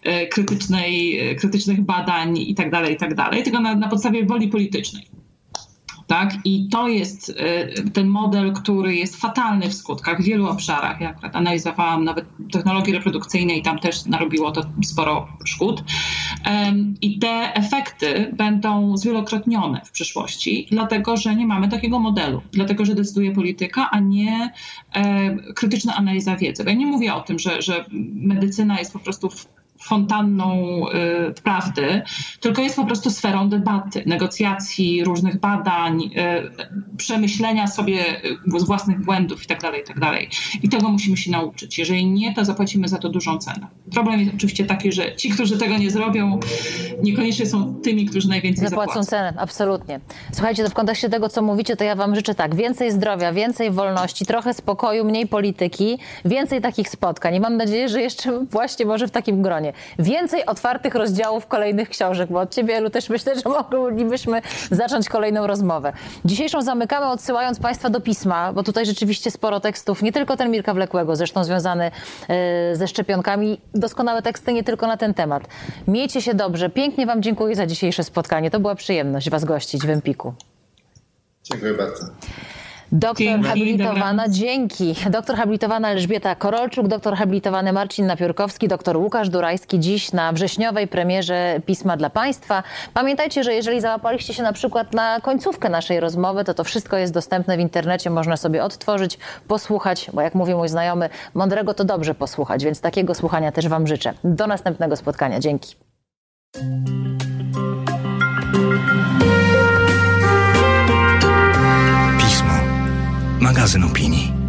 krytycznych badań i tak dalej, tylko na podstawie woli politycznej. Tak? I to jest ten model, który jest fatalny w skutkach w wielu obszarach. Ja akurat analizowałam nawet technologie reprodukcyjne i tam też narobiło to sporo szkód. I te efekty będą zwielokrotnione w przyszłości, dlatego że nie mamy takiego modelu, dlatego że decyduje polityka, a nie krytyczna analiza wiedzy. Bo ja nie mówię o tym, że medycyna jest po prostu fontanną prawdy, tylko jest po prostu sferą debaty, negocjacji, różnych badań, przemyślenia sobie z własnych błędów itd. I tego musimy się nauczyć. Jeżeli nie, to zapłacimy za to dużą cenę. Problem jest oczywiście taki, że ci, którzy tego nie zrobią, niekoniecznie są tymi, którzy najwięcej zapłacą. Cenę, absolutnie. Słuchajcie, to w kontekście tego, co mówicie, to ja wam życzę tak, więcej zdrowia, więcej wolności, trochę spokoju, mniej polityki, więcej takich spotkań. I mam nadzieję, że jeszcze właśnie może w takim gronie. Więcej otwartych rozdziałów kolejnych książek, bo od ciebie, Elu, też myślę, że moglibyśmy zacząć kolejną rozmowę. Dzisiejszą zamykamy odsyłając Państwa do pisma, bo tutaj rzeczywiście sporo tekstów, nie tylko ten Mirka Wlekłego, zresztą związany ze szczepionkami, doskonałe teksty nie tylko na ten temat. Miejcie się dobrze. Pięknie wam dziękuję za dzisiejsze spotkanie. To była przyjemność was gościć w Empiku. Dziękuję bardzo. Doktor habilitowana Elżbieta Korolczuk, doktor habilitowany Marcin Napiórkowski, doktor Łukasz Durajski dziś na wrześniowej premierze Pisma dla Państwa. Pamiętajcie, że jeżeli załapaliście się na przykład na końcówkę naszej rozmowy, to wszystko jest dostępne w internecie, można sobie odtworzyć, posłuchać, bo jak mówi mój znajomy, mądrego to dobrze posłuchać, więc takiego słuchania też wam życzę. Do następnego spotkania. Dzięki. Magazyn opinii.